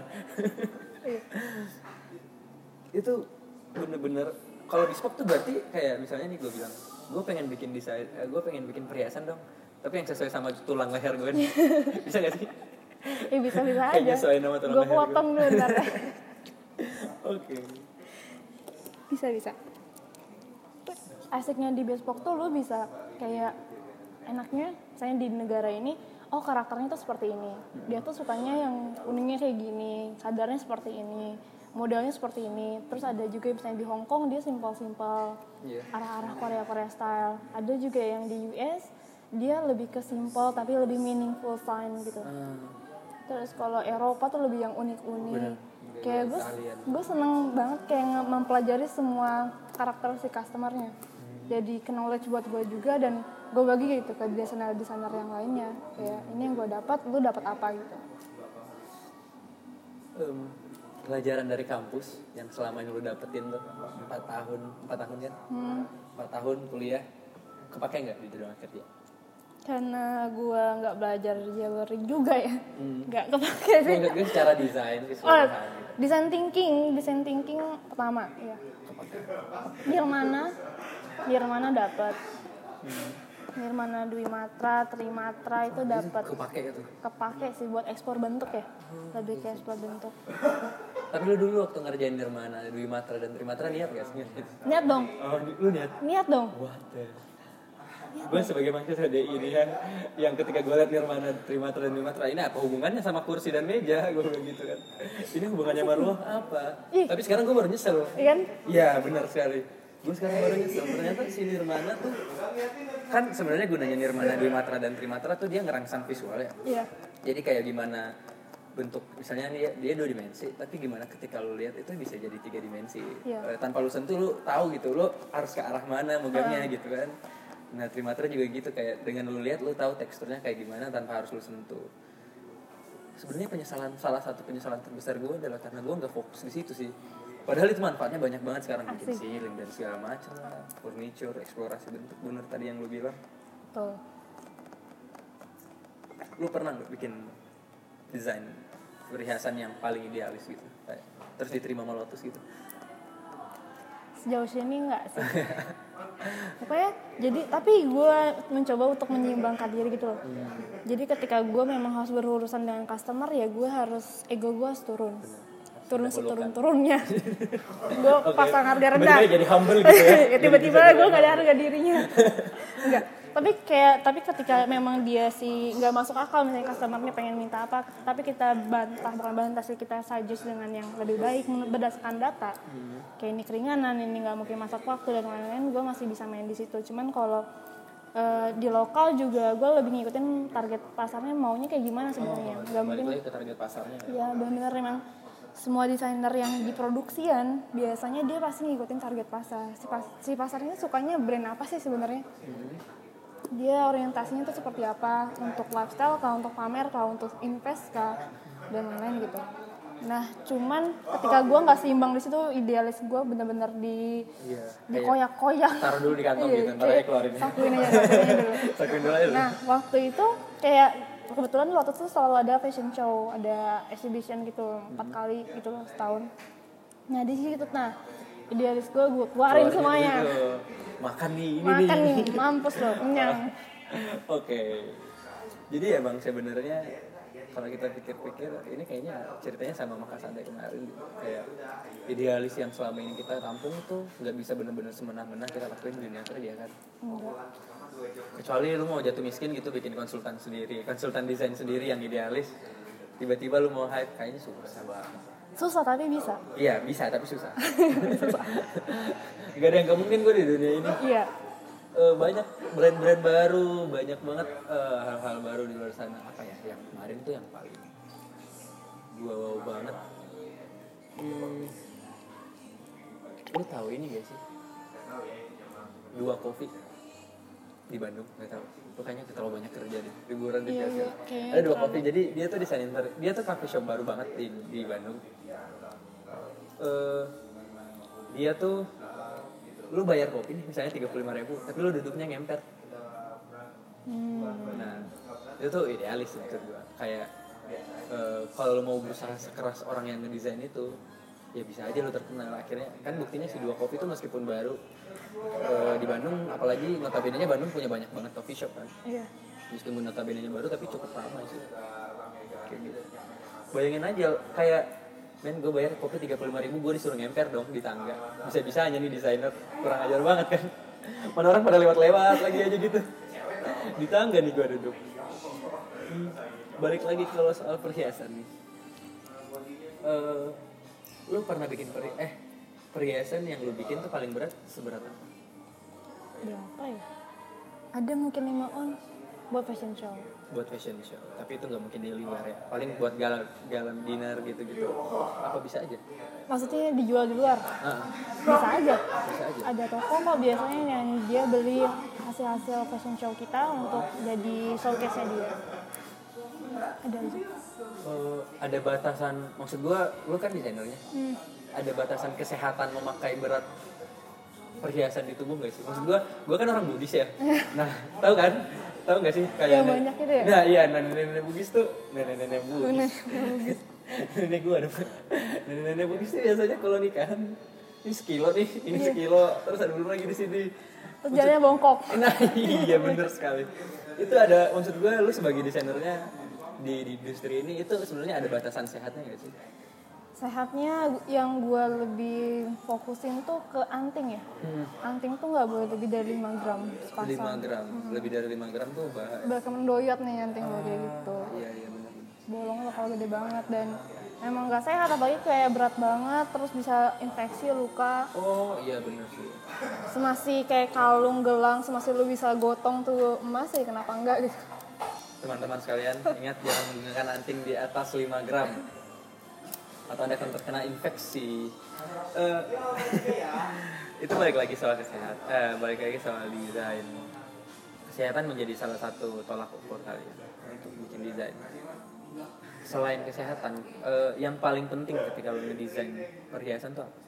Itu bener-bener kalau bespoke tuh berarti kayak misalnya nih gue bilang, gue pengen bikin desain, eh, gue pengen bikin perhiasan dong, tapi yang sesuai sama tulang leher gue nih. Bisa gak sih? Ya bisa-bisa aja. Kayak sesuai nama tulang gua leher gue. Gue potong dulu ntar. Oke. Bisa-bisa. Asiknya di bespoke tuh lo bisa kayak enaknya, misalnya di negara ini, oh karakternya tuh seperti ini. Dia tuh sukanya yang uningnya kayak gini, sadarnya seperti ini. Modelnya seperti ini. Terus ada juga misalnya di Hong Kong dia simpel-simpel, yeah. arah-arah Korea-Korea style. Ada juga yang di U S dia lebih ke simpel tapi lebih meaningful sign gitu. Hmm. Terus kalau Eropa tuh lebih yang unik-unik. Bener. Kayak gue gue seneng banget kayak mempelajari semua karakter si customernya. Hmm. Jadi knowledge buat gue juga dan gue bagi gitu ke desainer-desainer yang lainnya. Kayak ini yang gue dapat, lu dapat apa gitu. Um. Pelajaran dari kampus yang selama ini lu dapetin tuh empat tahun empat tahun kan hmm. empat tahun kuliah kepake nggak di dunia kerja? Karena gue nggak belajar jewelry juga ya, nggak hmm. kepake sih. Nggak gue secara desain oh, desain thinking desain thinking pertama ya Nirmana Nirmana dapat hmm. Nirmana Dwi Matra, Trimatra itu dapat. Kepake gitu. Kepake sih buat ekspor bentuk ya. Lebih ke ekspor bentuk. Tapi lu dulu waktu ngerjain Nirmana, Dwi Matra dan Trimatra niat enggak sih? Niat dong. Oh, lu niat? Niat dong. What the? gue sebagai mahasiswa D I ini yang yang ketika gue liat Nirmana Trimatra dan Nirmatra ini apa hubungannya sama kursi dan meja, gue bilang gitu kan, ini hubungannya sama lu apa? Ih. Tapi sekarang gue baru nyesel. Iya kan? Iya benar sekali. Gue sekarang baru nyesel. Ternyata si Nirmana tuh kan sebenarnya gunanya Nirmana Dwimatra dan Trimatra tuh dia ngerangsang visual ya. Iya. Jadi kayak gimana bentuk misalnya dia dia dua dimensi, tapi gimana ketika lu lihat itu bisa jadi tiga dimensi. Iya. Eh, tanpa lu sentuh lu tahu gitu, lu harus ke arah mana megangnya Uh. gitu kan. Nah Trimatra juga gitu, kayak dengan lu lihat lu tahu teksturnya kayak gimana tanpa harus lu sentuh. Sebenarnya penyesalan salah satu penyesalan terbesar gue adalah karena gue nggak fokus di situ sih. Padahal itu manfaatnya banyak banget sekarang, bikin Asik. ceiling dan segala macam lah, furniture, eksplorasi bentuk, bener tadi yang lu bilang. Betul. Lu pernah nggak bikin desain perhiasan yang paling idealis gitu, kayak terus diterima sama Lotus gitu? Sejauh sini enggak sih. Pokoknya jadi tapi gue mencoba untuk menyeimbangkan diri gitu loh. Jadi ketika gue memang harus berurusan dengan customer ya gue harus ego gue harus turun. Turun seturun-turunnya. Gue pasang harga rendah. Tiba-tiba jadi humble gitu ya. Ya, tiba-tiba gue gak ada harga dirinya. Enggak. Tapi kayak tapi ketika memang dia sih nggak masuk akal misalnya customernya pengen minta apa, tapi kita bantah bukan bantah sih, kita suggest dengan yang lebih baik berdasarkan data. Hmm. Kayak ini keringanan, ini nggak mungkin masak waktu dan lain-lain, gue masih bisa main di situ. Cuman kalau uh, di lokal juga gue lebih ngikutin target pasarnya maunya kayak gimana sebenarnya. Nggak Balik mungkin. lagi ke target pasarnya. Ya benar-benar memang semua desainer yang diproduksian biasanya dia pasti ngikutin target pasar. Si, pas, si pasarnya sukanya brand apa sih sebenarnya? Hmm. Dia orientasinya tuh seperti apa, untuk lifestyle kah, untuk pamer kah, untuk invest kah, dan lain-lain gitu. Nah cuman ketika gue nggak seimbang di situ, idealis gue bener-bener di iya, dikoyak-koyak. Taruh dulu di kantong iya, gitu, ntar aja keluarin. Sakuin aja, sakuin aja dulu. Sakuin dulu aja. Nah waktu itu kayak kebetulan waktu itu selalu ada fashion show, ada exhibition gitu empat hmm. kali gitu loh setahun. Nah di situ, nah idealis gue gue keluarin semuanya. Gitu. Makan nih, ini makan nih. nih, mampus loh, kenyang. Oke. Jadi emang sebenarnya kalau kita pikir-pikir ini kayaknya ceritanya sama Makasada kemarin, kayak idealis yang selama ini kita tampung itu nggak bisa benar-benar semena-mena kita lakuin di dunia kerja kan. Enggak. Kecuali lu mau jatuh miskin gitu bikin konsultan sendiri, konsultan desain sendiri yang idealis, tiba-tiba lu mau hype, kayaknya susah banget. Susah tapi bisa. Iya bisa tapi susah. Susah. Gak ada yang gak mungkin gue di dunia ini. Iya. Uh, banyak brand-brand baru, banyak banget uh, hal-hal baru di luar sana. Apa ya? Yang kemarin tuh yang paling gue wow banget. Hmm, lu tahu ini gak sih? Dua Coffee di Bandung, nggak tahu. Lu kayaknya terlalu banyak kerja deh, liburan di iya, Jakarta. Iya, ada Dua Coffee, jadi dia tuh desain interior, dia tuh coffee shop baru banget di di Bandung. Uh, dia tuh lu bayar kopi nih misalnya tiga puluh lima ribu, tapi lu duduknya ngemper. Hmm. Nah itu tuh idealis maksud gua. Kayak uh, kalau lu mau berusaha sekeras orang yang ngedesain itu, ya bisa aja lu terkenal. Akhirnya kan buktinya si Dua Coffee itu meskipun baru uh, di Bandung, apalagi notabene-nya Bandung punya banyak banget coffee shop kan. Iya. Meskipun notabene-nya baru tapi cukup ramai sih. Kayak gitu. Bayangin aja kayak men gue bayar kopi tiga puluh lima ribu, gue disuruh ngemper dong di tangga. Bisa-bisanya nih desainer, kurang ajar banget kan. Mana orang pada lewat-lewat lagi aja gitu. Di tangga nih gue duduk. Hmm, balik lagi kalau soal perhiasan nih. Uh, lu pernah bikin peri eh perhiasan yang lu bikin tuh paling berat seberat apa? Berapa ya? Ada mungkin lima on buat fashion show. Buat fashion show, tapi itu nggak mungkin daily wear ya. Paling buat gala gala dinner gitu-gitu. Apa bisa aja? Maksudnya dijual di luar? Uh-huh. Bisa aja. Bisa aja. Ada toko kok biasanya yang dia beli hasil-hasil fashion show kita untuk jadi showcase-nya dia. Ada aja. Uh, ada batasan, maksud gua, lu kan desainernya. Hmm. Ada batasan kesehatan memakai berat perhiasan di tubuh nggak sih? Maksud gua, gua kan orang Buddhis ya. Nah, tahu kan? Tahu nggak sih kayak ya, banyak itu ya? Nah iya, nenek-nenek Bugis tuh nenek-nenek Bugis. Bugis. Nenek gue ada. Nenek-nenek Bugis tuh biasanya kalau nikahan ini sekilo nih, ini iya. sekilo, terus ada belum lagi di sini. Terus jalannya bongkok. Nah iya bener sekali. Itu ada, maksud gue lu sebagai desainernya di, di industri ini itu sebenarnya ada batasan sehatnya nggak sih? Sehatnya yang gue lebih fokusin tuh ke anting ya. Hmm. Anting tuh nggak boleh lebih dari lima gram sepasang. lima gram, hmm. lebih dari lima gram tuh bahaya. Bakal mendoyot nih anting lo kayak gitu. Iya iya benar. Bolongnya bakal gede banget dan emang nggak sehat, apalagi kayak berat banget, terus bisa infeksi, luka. Oh iya benar sih. Semasih kayak kalung, gelang, semasih lu bisa gotong tuh emas ya kenapa enggak gitu. Teman-teman sekalian ingat jangan menggunakan anting di atas lima gram. Atau Anda akan terkena infeksi. Uh, itu balik lagi soal kesehatan, eh, balik lagi soal desain. Kesehatan menjadi salah satu tolak ukur kalian untuk bikin desain. Selain kesehatan, uh, yang paling penting ketika lo ngedesain perhiasan tuh apa?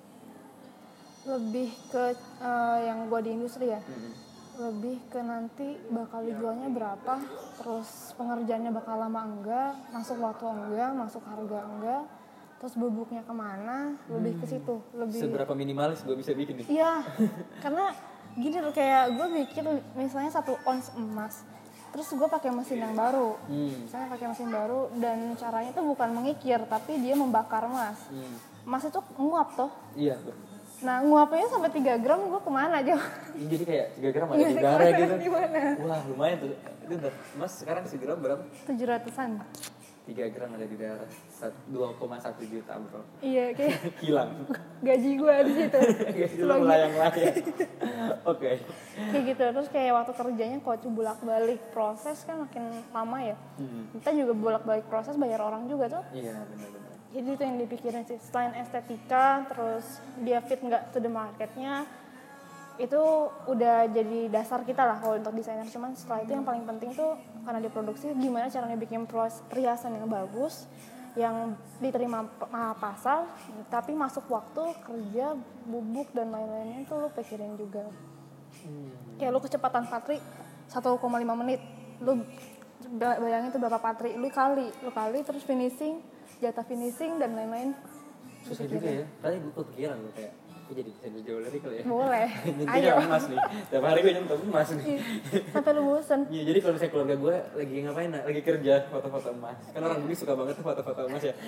Lebih ke uh, yang gua di industri ya. Mm-hmm. Lebih ke nanti bakal dijualnya berapa, terus pengerjaannya bakal lama enggak, masuk waktu enggak, masuk harga enggak. Terus bubuknya kemana, lebih ke situ. Lebih seberapa minimalis gue bisa bikin nih? Iya, karena gini loh, kayak gue bikin misalnya satu ons emas, terus gue pakai mesin yang baru, hmm. misalnya pakai mesin baru dan caranya tuh bukan mengikir, tapi dia membakar emas. Hmm. Emas itu nguap toh? Iya. Nah nguapnya sampai tiga gram, gue kemana aja? Jadi kayak tiga gram ada di udara gitu? Gimana? Wah lumayan tuh. Itu emas sekarang segram berapa? tujuh ratusan. tiga gram ada di daerah dua koma satu juta bro. Iya kayak hilang gaji gue di situ. Gaji lu melayang-layang. Oke. Kayak gitu, terus kayak waktu kerjanya coach bolak-balik proses kan makin lama ya. Hmm. Kita juga bolak-balik proses bayar orang juga tuh. Iya benar-benar. Jadi itu yang dipikirin sih, selain estetika, terus dia fit nggak to the marketnya, itu udah jadi dasar kita lah kalau untuk desainer. Cuman setelah itu yang paling penting tuh karena diproduksi gimana caranya bikin perhiasan yang bagus, yang diterima pasar, tapi masuk waktu kerja, bubuk dan lain-lainnya itu lo pikirin juga. Hmm. Kayak lo kecepatan patri satu koma lima menit, lo bayangin itu berapa patri, lo kali, lo kali terus finishing, jatah finishing dan lain-lain. Susah juga ya, tadi gue kepikiran lo kayak jadi desainer jewelry kali ya? Boleh, ayo. Emas nih, tiap hari gue nyentuh emas nih. Sampai lu bosen. Iya, jadi kalau misalnya keluarga gue lagi ngapain, lagi kerja foto-foto emas. Kan orang Bugis suka banget tuh foto-foto emas ya.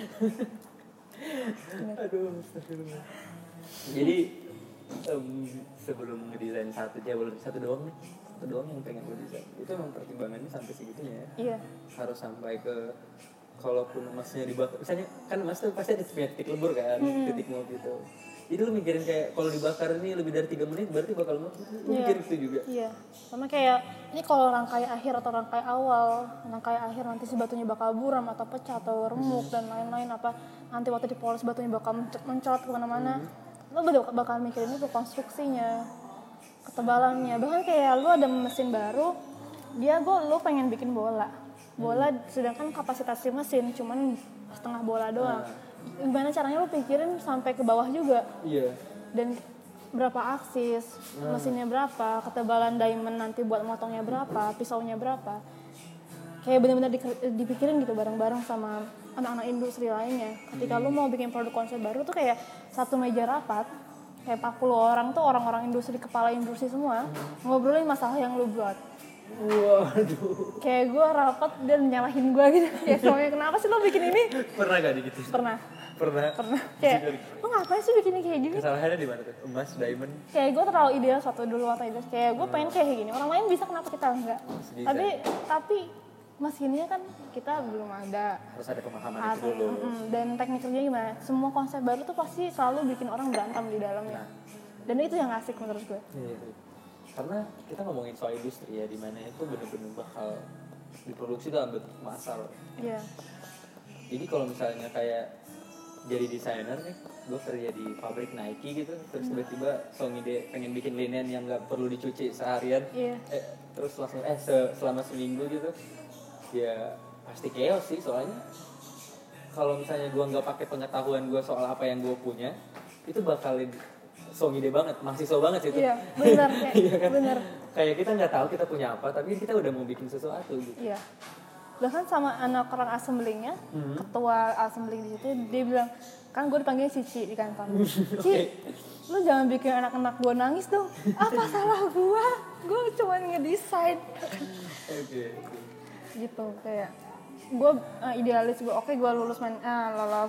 Aduh, astagfirullah. Jadi um, sebelum ngedesain satu jewelry, satu doang nih, satu doang yang pengen gue desain. Itu emang pertimbangannya sampai segitunya ya? Iya. Harus sampai ke kalaupun emasnya dibakar, misalnya kan emas tuh pasti ada titik lebur kan, hmm. titik mau gitu. Jadi lu mikirin kayak kalau dibakar ini lebih dari tiga menit berarti bakal mati. Lu yeah. mikirin itu juga. Iya. Yeah. Sama kayak ini kalau rangkai akhir atau rangkai awal, rangkai akhir nanti si batunya bakal buram atau pecah atau remuk hmm. dan lain-lain, apa nanti waktu dipoles batunya bakal mencot kemana-mana. Hmm. Lu bakal mikirin itu konstruksinya, ketebalannya. Bahkan kayak lu ada mesin baru, dia gue lu pengen bikin bola. Bola hmm. sedangkan kapasitas mesin cuman setengah bola doang. Nah. Gimana caranya lo pikirin sampai ke bawah juga. Iya. Dan berapa aksis, nah. mesinnya berapa, ketebalan diamond nanti buat motongnya berapa, pisaunya berapa. Kayak benar-benar dipikirin gitu bareng-bareng sama anak-anak industri lainnya. Ketika hmm. lo mau bikin produk konsep baru tuh kayak satu meja rapat, kayak empat puluh orang tuh orang-orang industri, kepala industri semua, hmm. ngobrolin masalah yang lo buat. Waduh. Kayak gue rapat dan nyalahin gue gitu. Ya soalnya kenapa sih lo bikin ini? Pernah gak gitu? Pernah. Pernah. Pernah. Kayak lo ngapain sih bikin kayak gini? Kesalahannya di mana tuh? Emas, diamond. Kayak gue terlalu ideal suatu dulu atau ideal. Kayak gue pengen kayak gini. Orang lain bisa, kenapa kita enggak? Bisa. Tapi tapi mesinnya kan kita belum ada. Harus ada pemahaman Harus, itu dulu. Mm, dan teknik kerjanya gimana? Semua konsep baru tuh pasti selalu bikin orang berantem di dalamnya. Nah. Dan itu yang asik menurut gue. Iya. Karena kita ngomongin soal industri ya, dimana itu benar-benar bakal diproduksi dalam bentuk massal. Iya. Jadi kalau misalnya kayak jadi desainer nih, gue kerja di pabrik Nike gitu, terus tiba-tiba song ide pengen bikin linen yang nggak perlu dicuci seharian, iya. eh, terus langsung eh se- selama seminggu gitu, ya pasti chaos sih. Soalnya kalau misalnya gue nggak pakai pengetahuan gue soal apa yang gue punya, itu bakalin song ide banget, mahasiswa banget sih itu. Iya, benar kayak iya kan? benar. Kayak kita nggak tahu kita punya apa, tapi kita udah mau bikin sesuatu gitu. Iya. Bahkan sama anak orang assemblingnya, mm-hmm. ketua assembling di situ, dia bilang, kan gue dipanggil Cici di kantor. Ci, okay. Lu jangan bikin anak-anak gue nangis dong. Apa salah gue? Gue cuma ngedesain. Oke. Okay. Gitu kayak gue uh, idealis gue, oke okay, gue lulus man, uh, lolos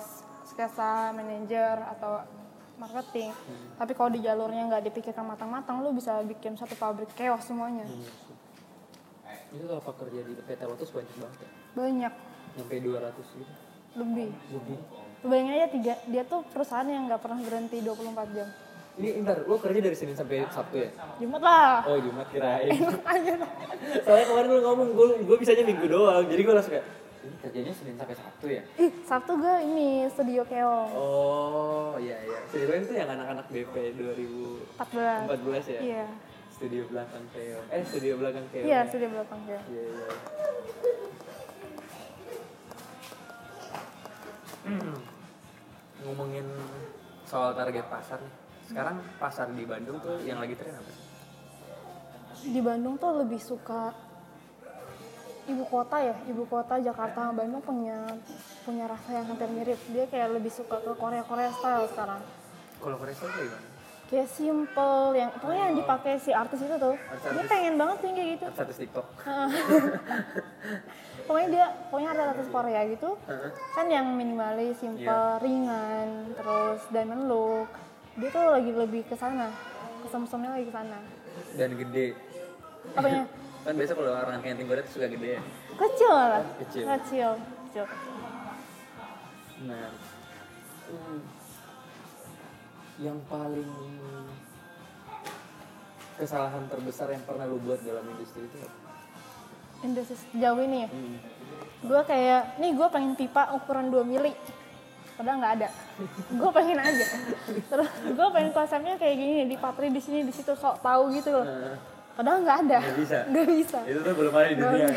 sketsa manajer atau marketing. Hmm. Tapi kalau di jalurnya nggak dipikirkan matang-matang, lu bisa bikin satu pabrik chaos semuanya. Hmm. Itu apa kerja di P T Lotus banyak banget ya? Banyak. Sampai dua ratus gitu? Lebih. Lebih? Bayangin aja tiga, dia tuh perusahaan yang nggak pernah berhenti dua puluh empat jam. Ini ntar, lo kerja dari Senin sampai Sabtu ya? Jumat lah. Oh Jumat kirain. Enak aja lah. Soalnya kemarin lo ngomong, gue gue bisanya minggu doang, jadi gue langsung kayak ini kerjanya Senin sampai Sabtu ya? Ih, Sabtu gue ini studio keong. Oh iya iya, studio keong itu yang anak-anak B P dua ribu empat belas ya? Iya. Studio belakang keong, eh studio belakang keong. Iya, ya? studio belakang keong. Iya iya. Hmm. Ngomongin soal target pasar nih, sekarang pasar di Bandung tuh yang lagi tren apa sih? Di Bandung tuh lebih suka ibu kota ya, ibu kota Jakarta sama Bandung punya punya rasa yang hampir mirip. Dia kayak lebih suka ke Korea-Korea style sekarang. Kalau Korea style kayak gimana? Kayak simple, yang pokoknya yang dipakai si artis itu tuh. Artis-artis. Dia pengen banget sih kayak gitu. Artis TikTok. Pokoknya dia, pokoknya ada artis Korea gitu. Uh-huh. Kan yang minimalis, simple, Yeah. ringan, terus diamond look. Dia tuh lagi lebih ke sana. Kesem-semnya lagi ke sana. Dan gede. Apanya? Kan biasa kalau orang Kenting Korea tuh suka gede ya. Kecil lah. Kecil. Kecil. Kecil. Nah, hmm, yang paling kesalahan terbesar yang pernah lu buat dalam industri itu apa? Industri sejauh ini ya. Hmm. Gue kayak, nih gue pengen pipa ukuran dua mili. Padahal nggak ada. Gue pengen aja. Terus gue pengen konsepnya kayak gini, di patri di sini di situ sok tahu gitu loh. Nah, Padahal nggak ada. nggak bisa. Nggak bisa. Itu tuh belum ada di dunia.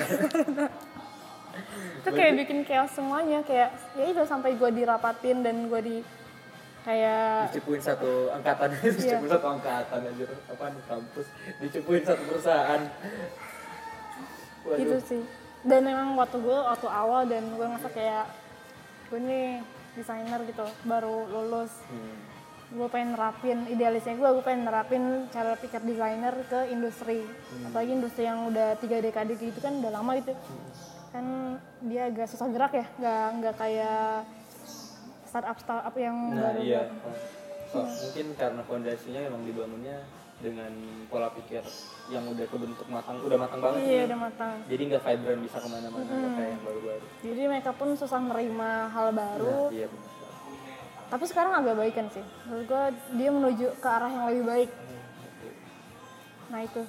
Itu kayak bikin chaos semuanya, kayak ya itu sampai gue dirapatin dan gue di kayak Dicepuin satu angkatan, dicepuin satu angkatan aja. Apaan di kampus? Dicepuin satu perusahaan. Waduh. gitu sih. Dan memang waktu gue waktu awal dan gue ngerasa kayak gue nih desainer gitu baru lulus. Hmm. Gue pengen nerapin idealisnya gue, gue pengen nerapin cara pikir desainer ke industri. Hmm. Apalagi industri yang udah tiga dekade gitu kan udah lama gitu. Hmm. Kan dia agak susah gerak ya, nggak nggak kayak startup startup yang Nah baru. iya, so, hmm. mungkin karena fondasinya memang dibangunnya dengan pola pikir yang udah kebentuk matang, udah matang banget. Iya, nih. udah matang. Jadi nggak vibrant bisa kemana-mana, nggak Hmm. kayak yang baru-baru. Jadi mereka pun susah nerima hal baru. Nah, iya benar. Tapi sekarang agak baikan sih. Menurut gue dia menuju ke arah yang lebih baik. Nah itu.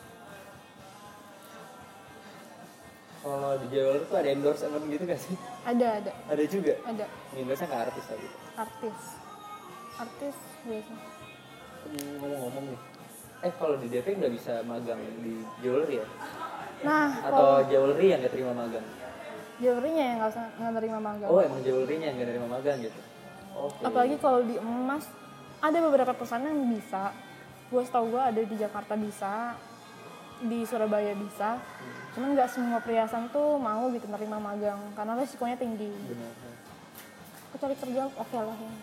Kalau di Jawa tuh ada endorsement gitu gak sih? Ada ada. Ada juga. Ada. Endorse ke artis lagi. Artis. Artis biasa. Hmm, ngomong-ngomong nih. Eh kalau di D P nggak bisa magang di jewelry ya? Nah, Atau jewelry yang nggak terima magang? jewelry-nya yang nggak usah nggak terima magang. Oh emang jewelry-nya yang nggak terima magang gitu? Oke. Apalagi kalau di emas ada beberapa perusahaan yang bisa. Gue setahu gue ada di Jakarta bisa, di Surabaya bisa. Hmm. Cuman nggak semua perhiasan tuh mau gitu nerima magang karena resikonya tinggi. Benar. Aku cari kerja oke okay lah ya.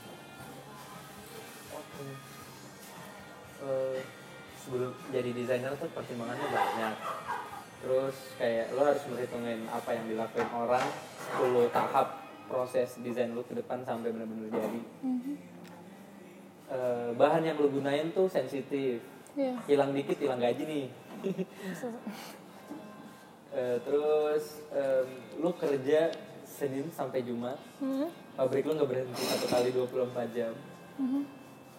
Oke. Uh, sebelum jadi desainer tuh pertimbangannya banyak. Terus kayak lo harus merhitungin apa yang dilakuin orang, sepuluh tahap proses desain lo ke depan sampai benar-benar jadi. Mm-hmm. Uh, bahan yang lo gunain tuh sensitif. Yeah. Hilang dikit hilang gaji nih. uh, terus um, lo kerja Senin sampai Jumat. Mm-hmm. Pabrik lo nggak berhenti satu kali dua puluh empat jam. Mm-hmm.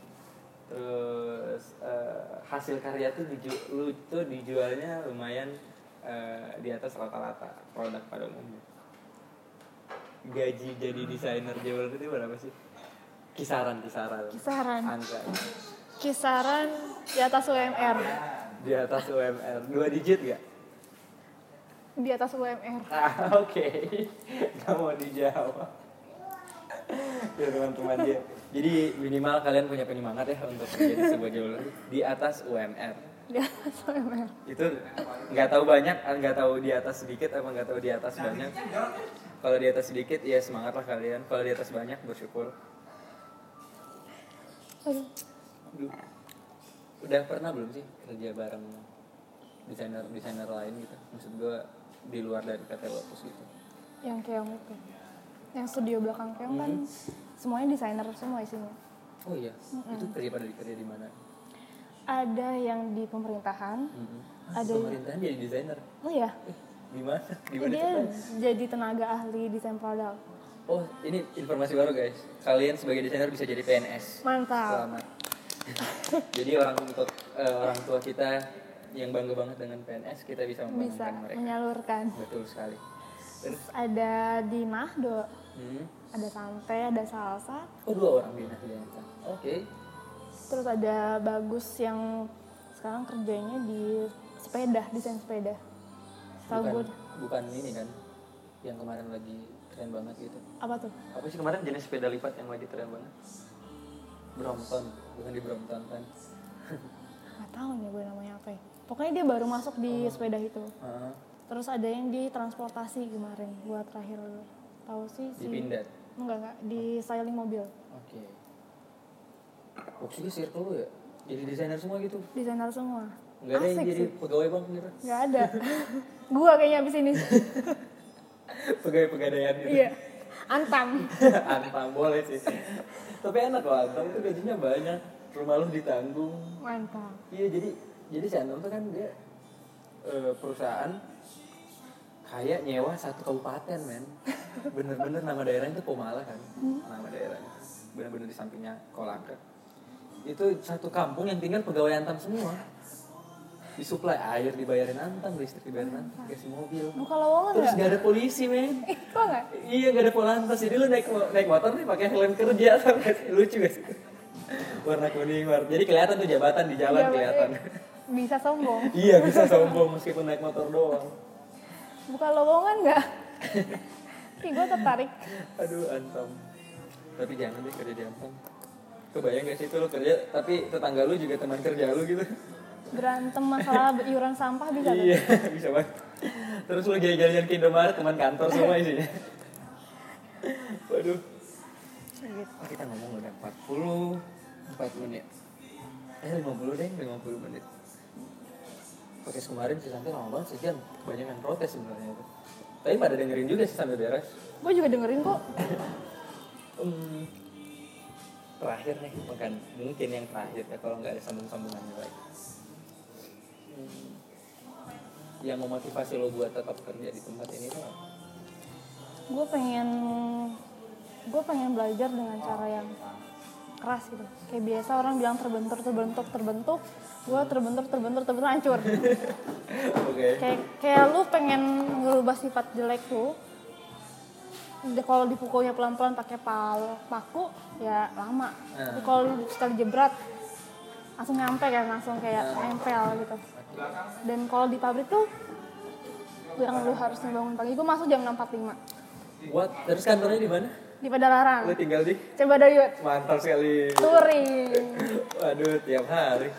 Terus uh, hasil karya tuh diju- lu tuh dijualnya lumayan uh, di atas rata-rata produk pada umumnya. Gaji jadi desainer jewelry itu berapa sih? Kisaran kisaran. Kisaran. Angka. Kisaran di atas U M R. Di atas U M R. Dua digit gak? Di atas U M R. Ah oke. Okay. Gak mau dijawab. Ya teman-teman dia. Jadi minimal kalian punya penyemangat ya untuk menjadi sebuah jewelry di atas U M R. Di atas U M R. Itu nggak tahu banyak, nggak tahu di atas sedikit, apa nggak tahu di atas banyak. Kalau di atas sedikit ya semangatlah kalian. Kalau di atas banyak bersyukur. Aduh. Aduh. Udah pernah belum sih kerja bareng desainer-desainer lain gitu? Maksud gue di luar dari P T Lotus gitu. Yang keong itu. Yang studio belakang keong kan hmm. semuanya desainer semua isinya. Oh iya, mm-hmm. Itu kerja pada kerja di mana? Ada yang di pemerintahan, mm-hmm. Ada pemerintahan jadi desainer. Oh iya. Eh, gimana? Gimana dia ceritanya? Jadi tenaga ahli desain produk. Oh, ini informasi baru guys. Kalian sebagai desainer bisa jadi P N S. Mantap. Selamat. Jadi orang tua uh, orang tua kita yang bangga banget dengan P N S, kita bisa bisa mereka. menyalurkan. Betul sekali. Terus ada di Nahdo. Hmm. Ada Santai, ada Salsa. Oh, dua orang di Nahdo. Oke. Okay. Terus ada Bagus yang sekarang kerjanya di sepeda, desain sepeda. Tahu Bukan, gue? bukan ini kan yang kemarin lagi tren banget gitu. Apa tuh? Apa sih kemarin jenis sepeda lipat yang lagi tren banget? Brompton, bukan di Brompton kan? Gak tahu nih gue namanya apa ya. Pokoknya dia baru masuk di oh. sepeda itu. Uh-huh. Terus ada yang di transportasi kemarin, buat terakhir tahu sih si. Di Pindad? Enggak enggak, di styling mobil. Oke. Okay. Maksudnya circle lu ya? Jadi desainer semua gitu? Desainer semua. Enggak ada yang jadi pegawai bank gitu? Enggak ada. Gua kayaknya abis ini. Pegawai pegadaian gitu? Iya. Antam. Antam boleh sih. Tapi enak loh, Antam itu gajinya banyak. Rumah lu ditanggung. Mantap. Iya, jadi jadi si Antam tuh kan dia e, perusahaan kayak nyewa satu kabupaten, men. Bener-bener nama daerahnya itu Pomala kan. Hmm. Nama daerahnya. Bener-bener di sampingnya Kolaka. Itu satu kampung yang tinggal pegawai Antam semua. Disuplai air dibayarin Antam, listrik dibayarin Antam, kasih mobil. Buka lowongan terus gak? Gak ada polisi, men. Eh, kok gak? Iya, gak ada polantas. Jadi lu naik naik motor nih pakai helm kerja sampai lucu gak sih? Warna kuning, warna. Jadi kelihatan tuh jabatan di jalan ya, kelihatan. Bisa sombong. Iya, bisa sombong meskipun naik motor doang. Buka lowongan gak? Ih, gue tertarik. Aduh, Antam. Tapi jangan deh kerja di Antam. Kebayang gak sih itu lu kerja, tapi tetangga lu juga teman kerja lu gitu? Berantem masalah iuran sampah bisa tuh? Iya, bisa banget. Terus lu jalan-jalan ke Indomaret, teman kantor semua isinya. Waduh. Oh, kita ngomong udah empat puluh empat menit. Eh, lima puluh deh, lima puluh menit. Podcast kemarin sih sampai lama banget, sejam. Kebanyakan protes sebenarnya itu. Tapi pada dengerin juga sih sampai beres. Gue juga dengerin kok. um, terakhir nih, bukan mungkin yang terakhir ya kalau nggak ada sambung-sambungannya lagi. Hmm, yang memotivasi lo buat tetap kerja di tempat ini tuh apa? Gue pengen gue pengen belajar dengan cara yang keras gitu. Kayak biasa orang bilang terbentur, terbentuk, terbentuk. Gue terbentur, terbentur, terbentur, hancur. Oke. Okay. Kayak kayak lu pengen ngerubah sifat jelek lu. Kalau dipukulnya pelan-pelan pakai pal paku ya lama. Uh. Tapi kalau lu sekali jebrat langsung nyampe kan, langsung kayak uh. nempel gitu. Dan kalau di pabrik tuh yang lu harus bangun pagi, gue masuk jam enam empat puluh lima. What? Terus kantornya di mana? Di Padalarang. Lu tinggal di? Cibaduyut. Mantap sekali. Touring. Waduh, tiap hari.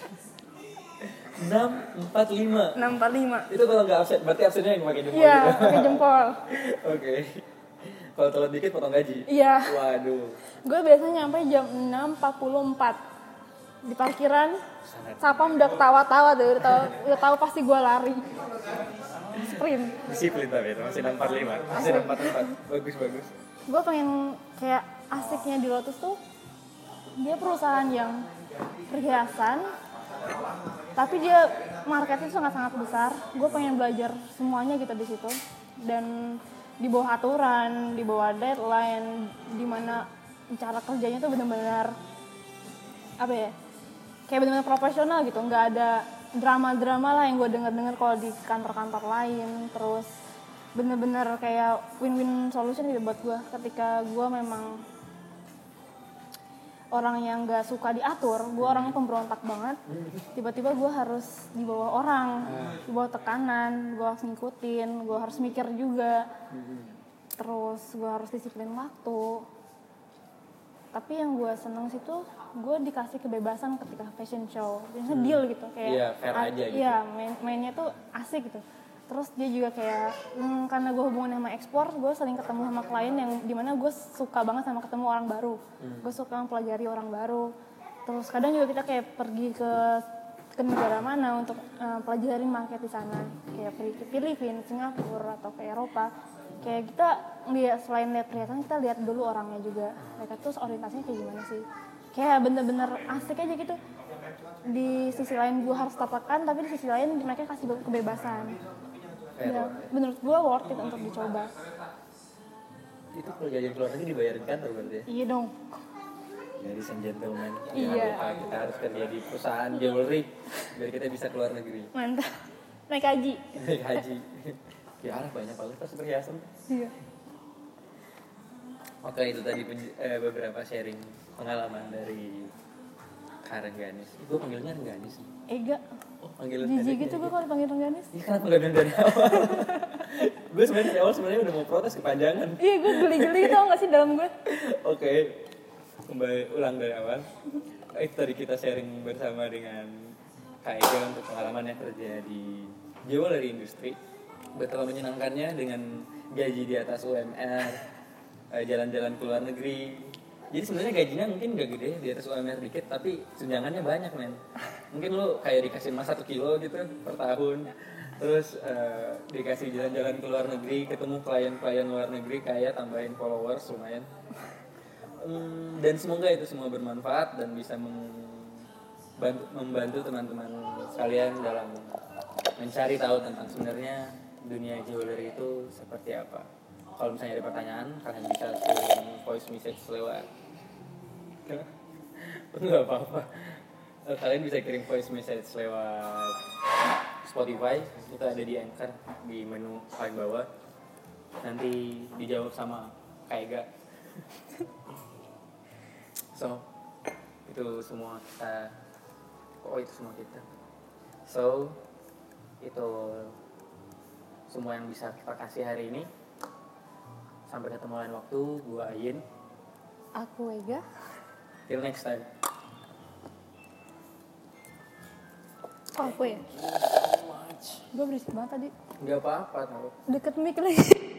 enam empat puluh lima. enam empat puluh lima. Itu kalau nggak absen, berarti absennya yang pakai jempol. Iya, gitu. pakai jempol. Oke. Okay. Kalau telat dikit potong gaji. Iya. Waduh. Gue biasanya nyampe jam enam empat puluh empat. Di parkiran. Sapam udah ketawa-tawa tuh, udah tahu udah tahu pasti gue lari. Sprint. Disiplin tapi itu masih enam empat puluh lima. Masih enam empat puluh empat. Bagus bagus. Gue pengen kayak asiknya di Lotus tuh, dia perusahaan yang perhiasan, tapi dia marketnya sangat-sangat besar. Gue pengen belajar semuanya gitu di situ, dan di bawah aturan, di bawah deadline, di mana cara kerjanya tuh benar-benar apa ya, kayak benar-benar profesional gitu. Nggak ada drama-drama lah yang gue denger-denger kalau di kantor-kantor lain. Terus bener-bener kayak win-win solution gitu buat gue ketika gue memang orang yang gak suka diatur. Gue orangnya pemberontak banget, tiba-tiba gue harus di bawah orang, di bawah tekanan, gue harus ngikutin, gue harus mikir juga, terus gue harus disiplin waktu. Tapi yang gue seneng situ, gue dikasih kebebasan ketika fashion show, biasanya hmm. deal gitu, kayak iya, fair aja gitu. Iya, main, mainnya tuh asik gitu. Terus dia juga kayak, hmm, karena gue hubungan sama ekspor, gue sering ketemu sama klien yang dimana gue suka banget sama ketemu orang baru. Hmm. Gue suka mempelajari orang baru. Terus kadang juga kita kayak pergi ke ke negara mana untuk uh, pelajari market di sana, kayak pergi ke Filipina, Singapura atau ke Eropa. kayak kita lihat selain lihat perhiasan kita lihat dulu orangnya juga, mereka tuh orientasinya kayak gimana sih, kayak bener-bener asik aja gitu. Di sisi lain gue harus tapakan, tapi di sisi lain mereka kasih kebebasan. Ya, menurut gue worth it untuk dicoba. Itu kalau jajan keluar negeri dibayarin kantor berarti ya? Iya dong. Ladies and gentlemen, Iya. jangan lupa kita harus kerja di perusahaan jewelry biar kita bisa keluar negeri. Mantap. Naik haji. Naik haji. Ya arah banyak banget pas perhiasan. Iya. Oke, itu tadi pen- eh, beberapa sharing pengalaman dari Karen Ganis. Gue panggilnya Ganis. Ega. Oh, panggil Jijik gitu gue kalau dipanggil Ganis. Iya, kenapa gak bilang dari awal? Gue sebenarnya dari awal sebenarnya udah mau protes kepanjangan. Iya, gue geli-geli tau gak sih dalam gue. Oke, kembali ulang dari awal. Itu tadi kita sharing bersama dengan Kak Ega untuk pengalaman yang kerja di jewelry industri. Betapa menyenangkannya dengan gaji di atas U M R, jalan-jalan ke luar negeri. Jadi sebenarnya gajinya mungkin gak gede, di atas U M R dikit, tapi tunjangannya banyak, men. Mungkin lo kayak dikasih emas satu kilo gitu per tahun, terus uh, dikasih jalan-jalan ke luar negeri, ketemu klien-klien luar negeri, kayak tambahin followers lumayan. Um, dan semoga itu semua bermanfaat dan bisa membantu, membantu teman-teman sekalian dalam mencari tahu tentang sebenarnya dunia jewelry itu seperti apa. Kalau misalnya ada pertanyaan, kalian bisa kirim voice message lewat. Enggak apa-apa. Kalian bisa kirim voice message lewat Spotify. Itu ada di Anchor di menu paling bawah. Nanti dijawab sama Kak Ega. So, itu semua kita. Oh, itu semua kita. So, itu semua yang bisa kita kasih hari ini. Sampai ketemu lain waktu, gua Ayin. Aku Ega. Till next time. Oh, aku ya? Gue berisik banget tadi. Gak apa-apa tau. Deket mic lagi.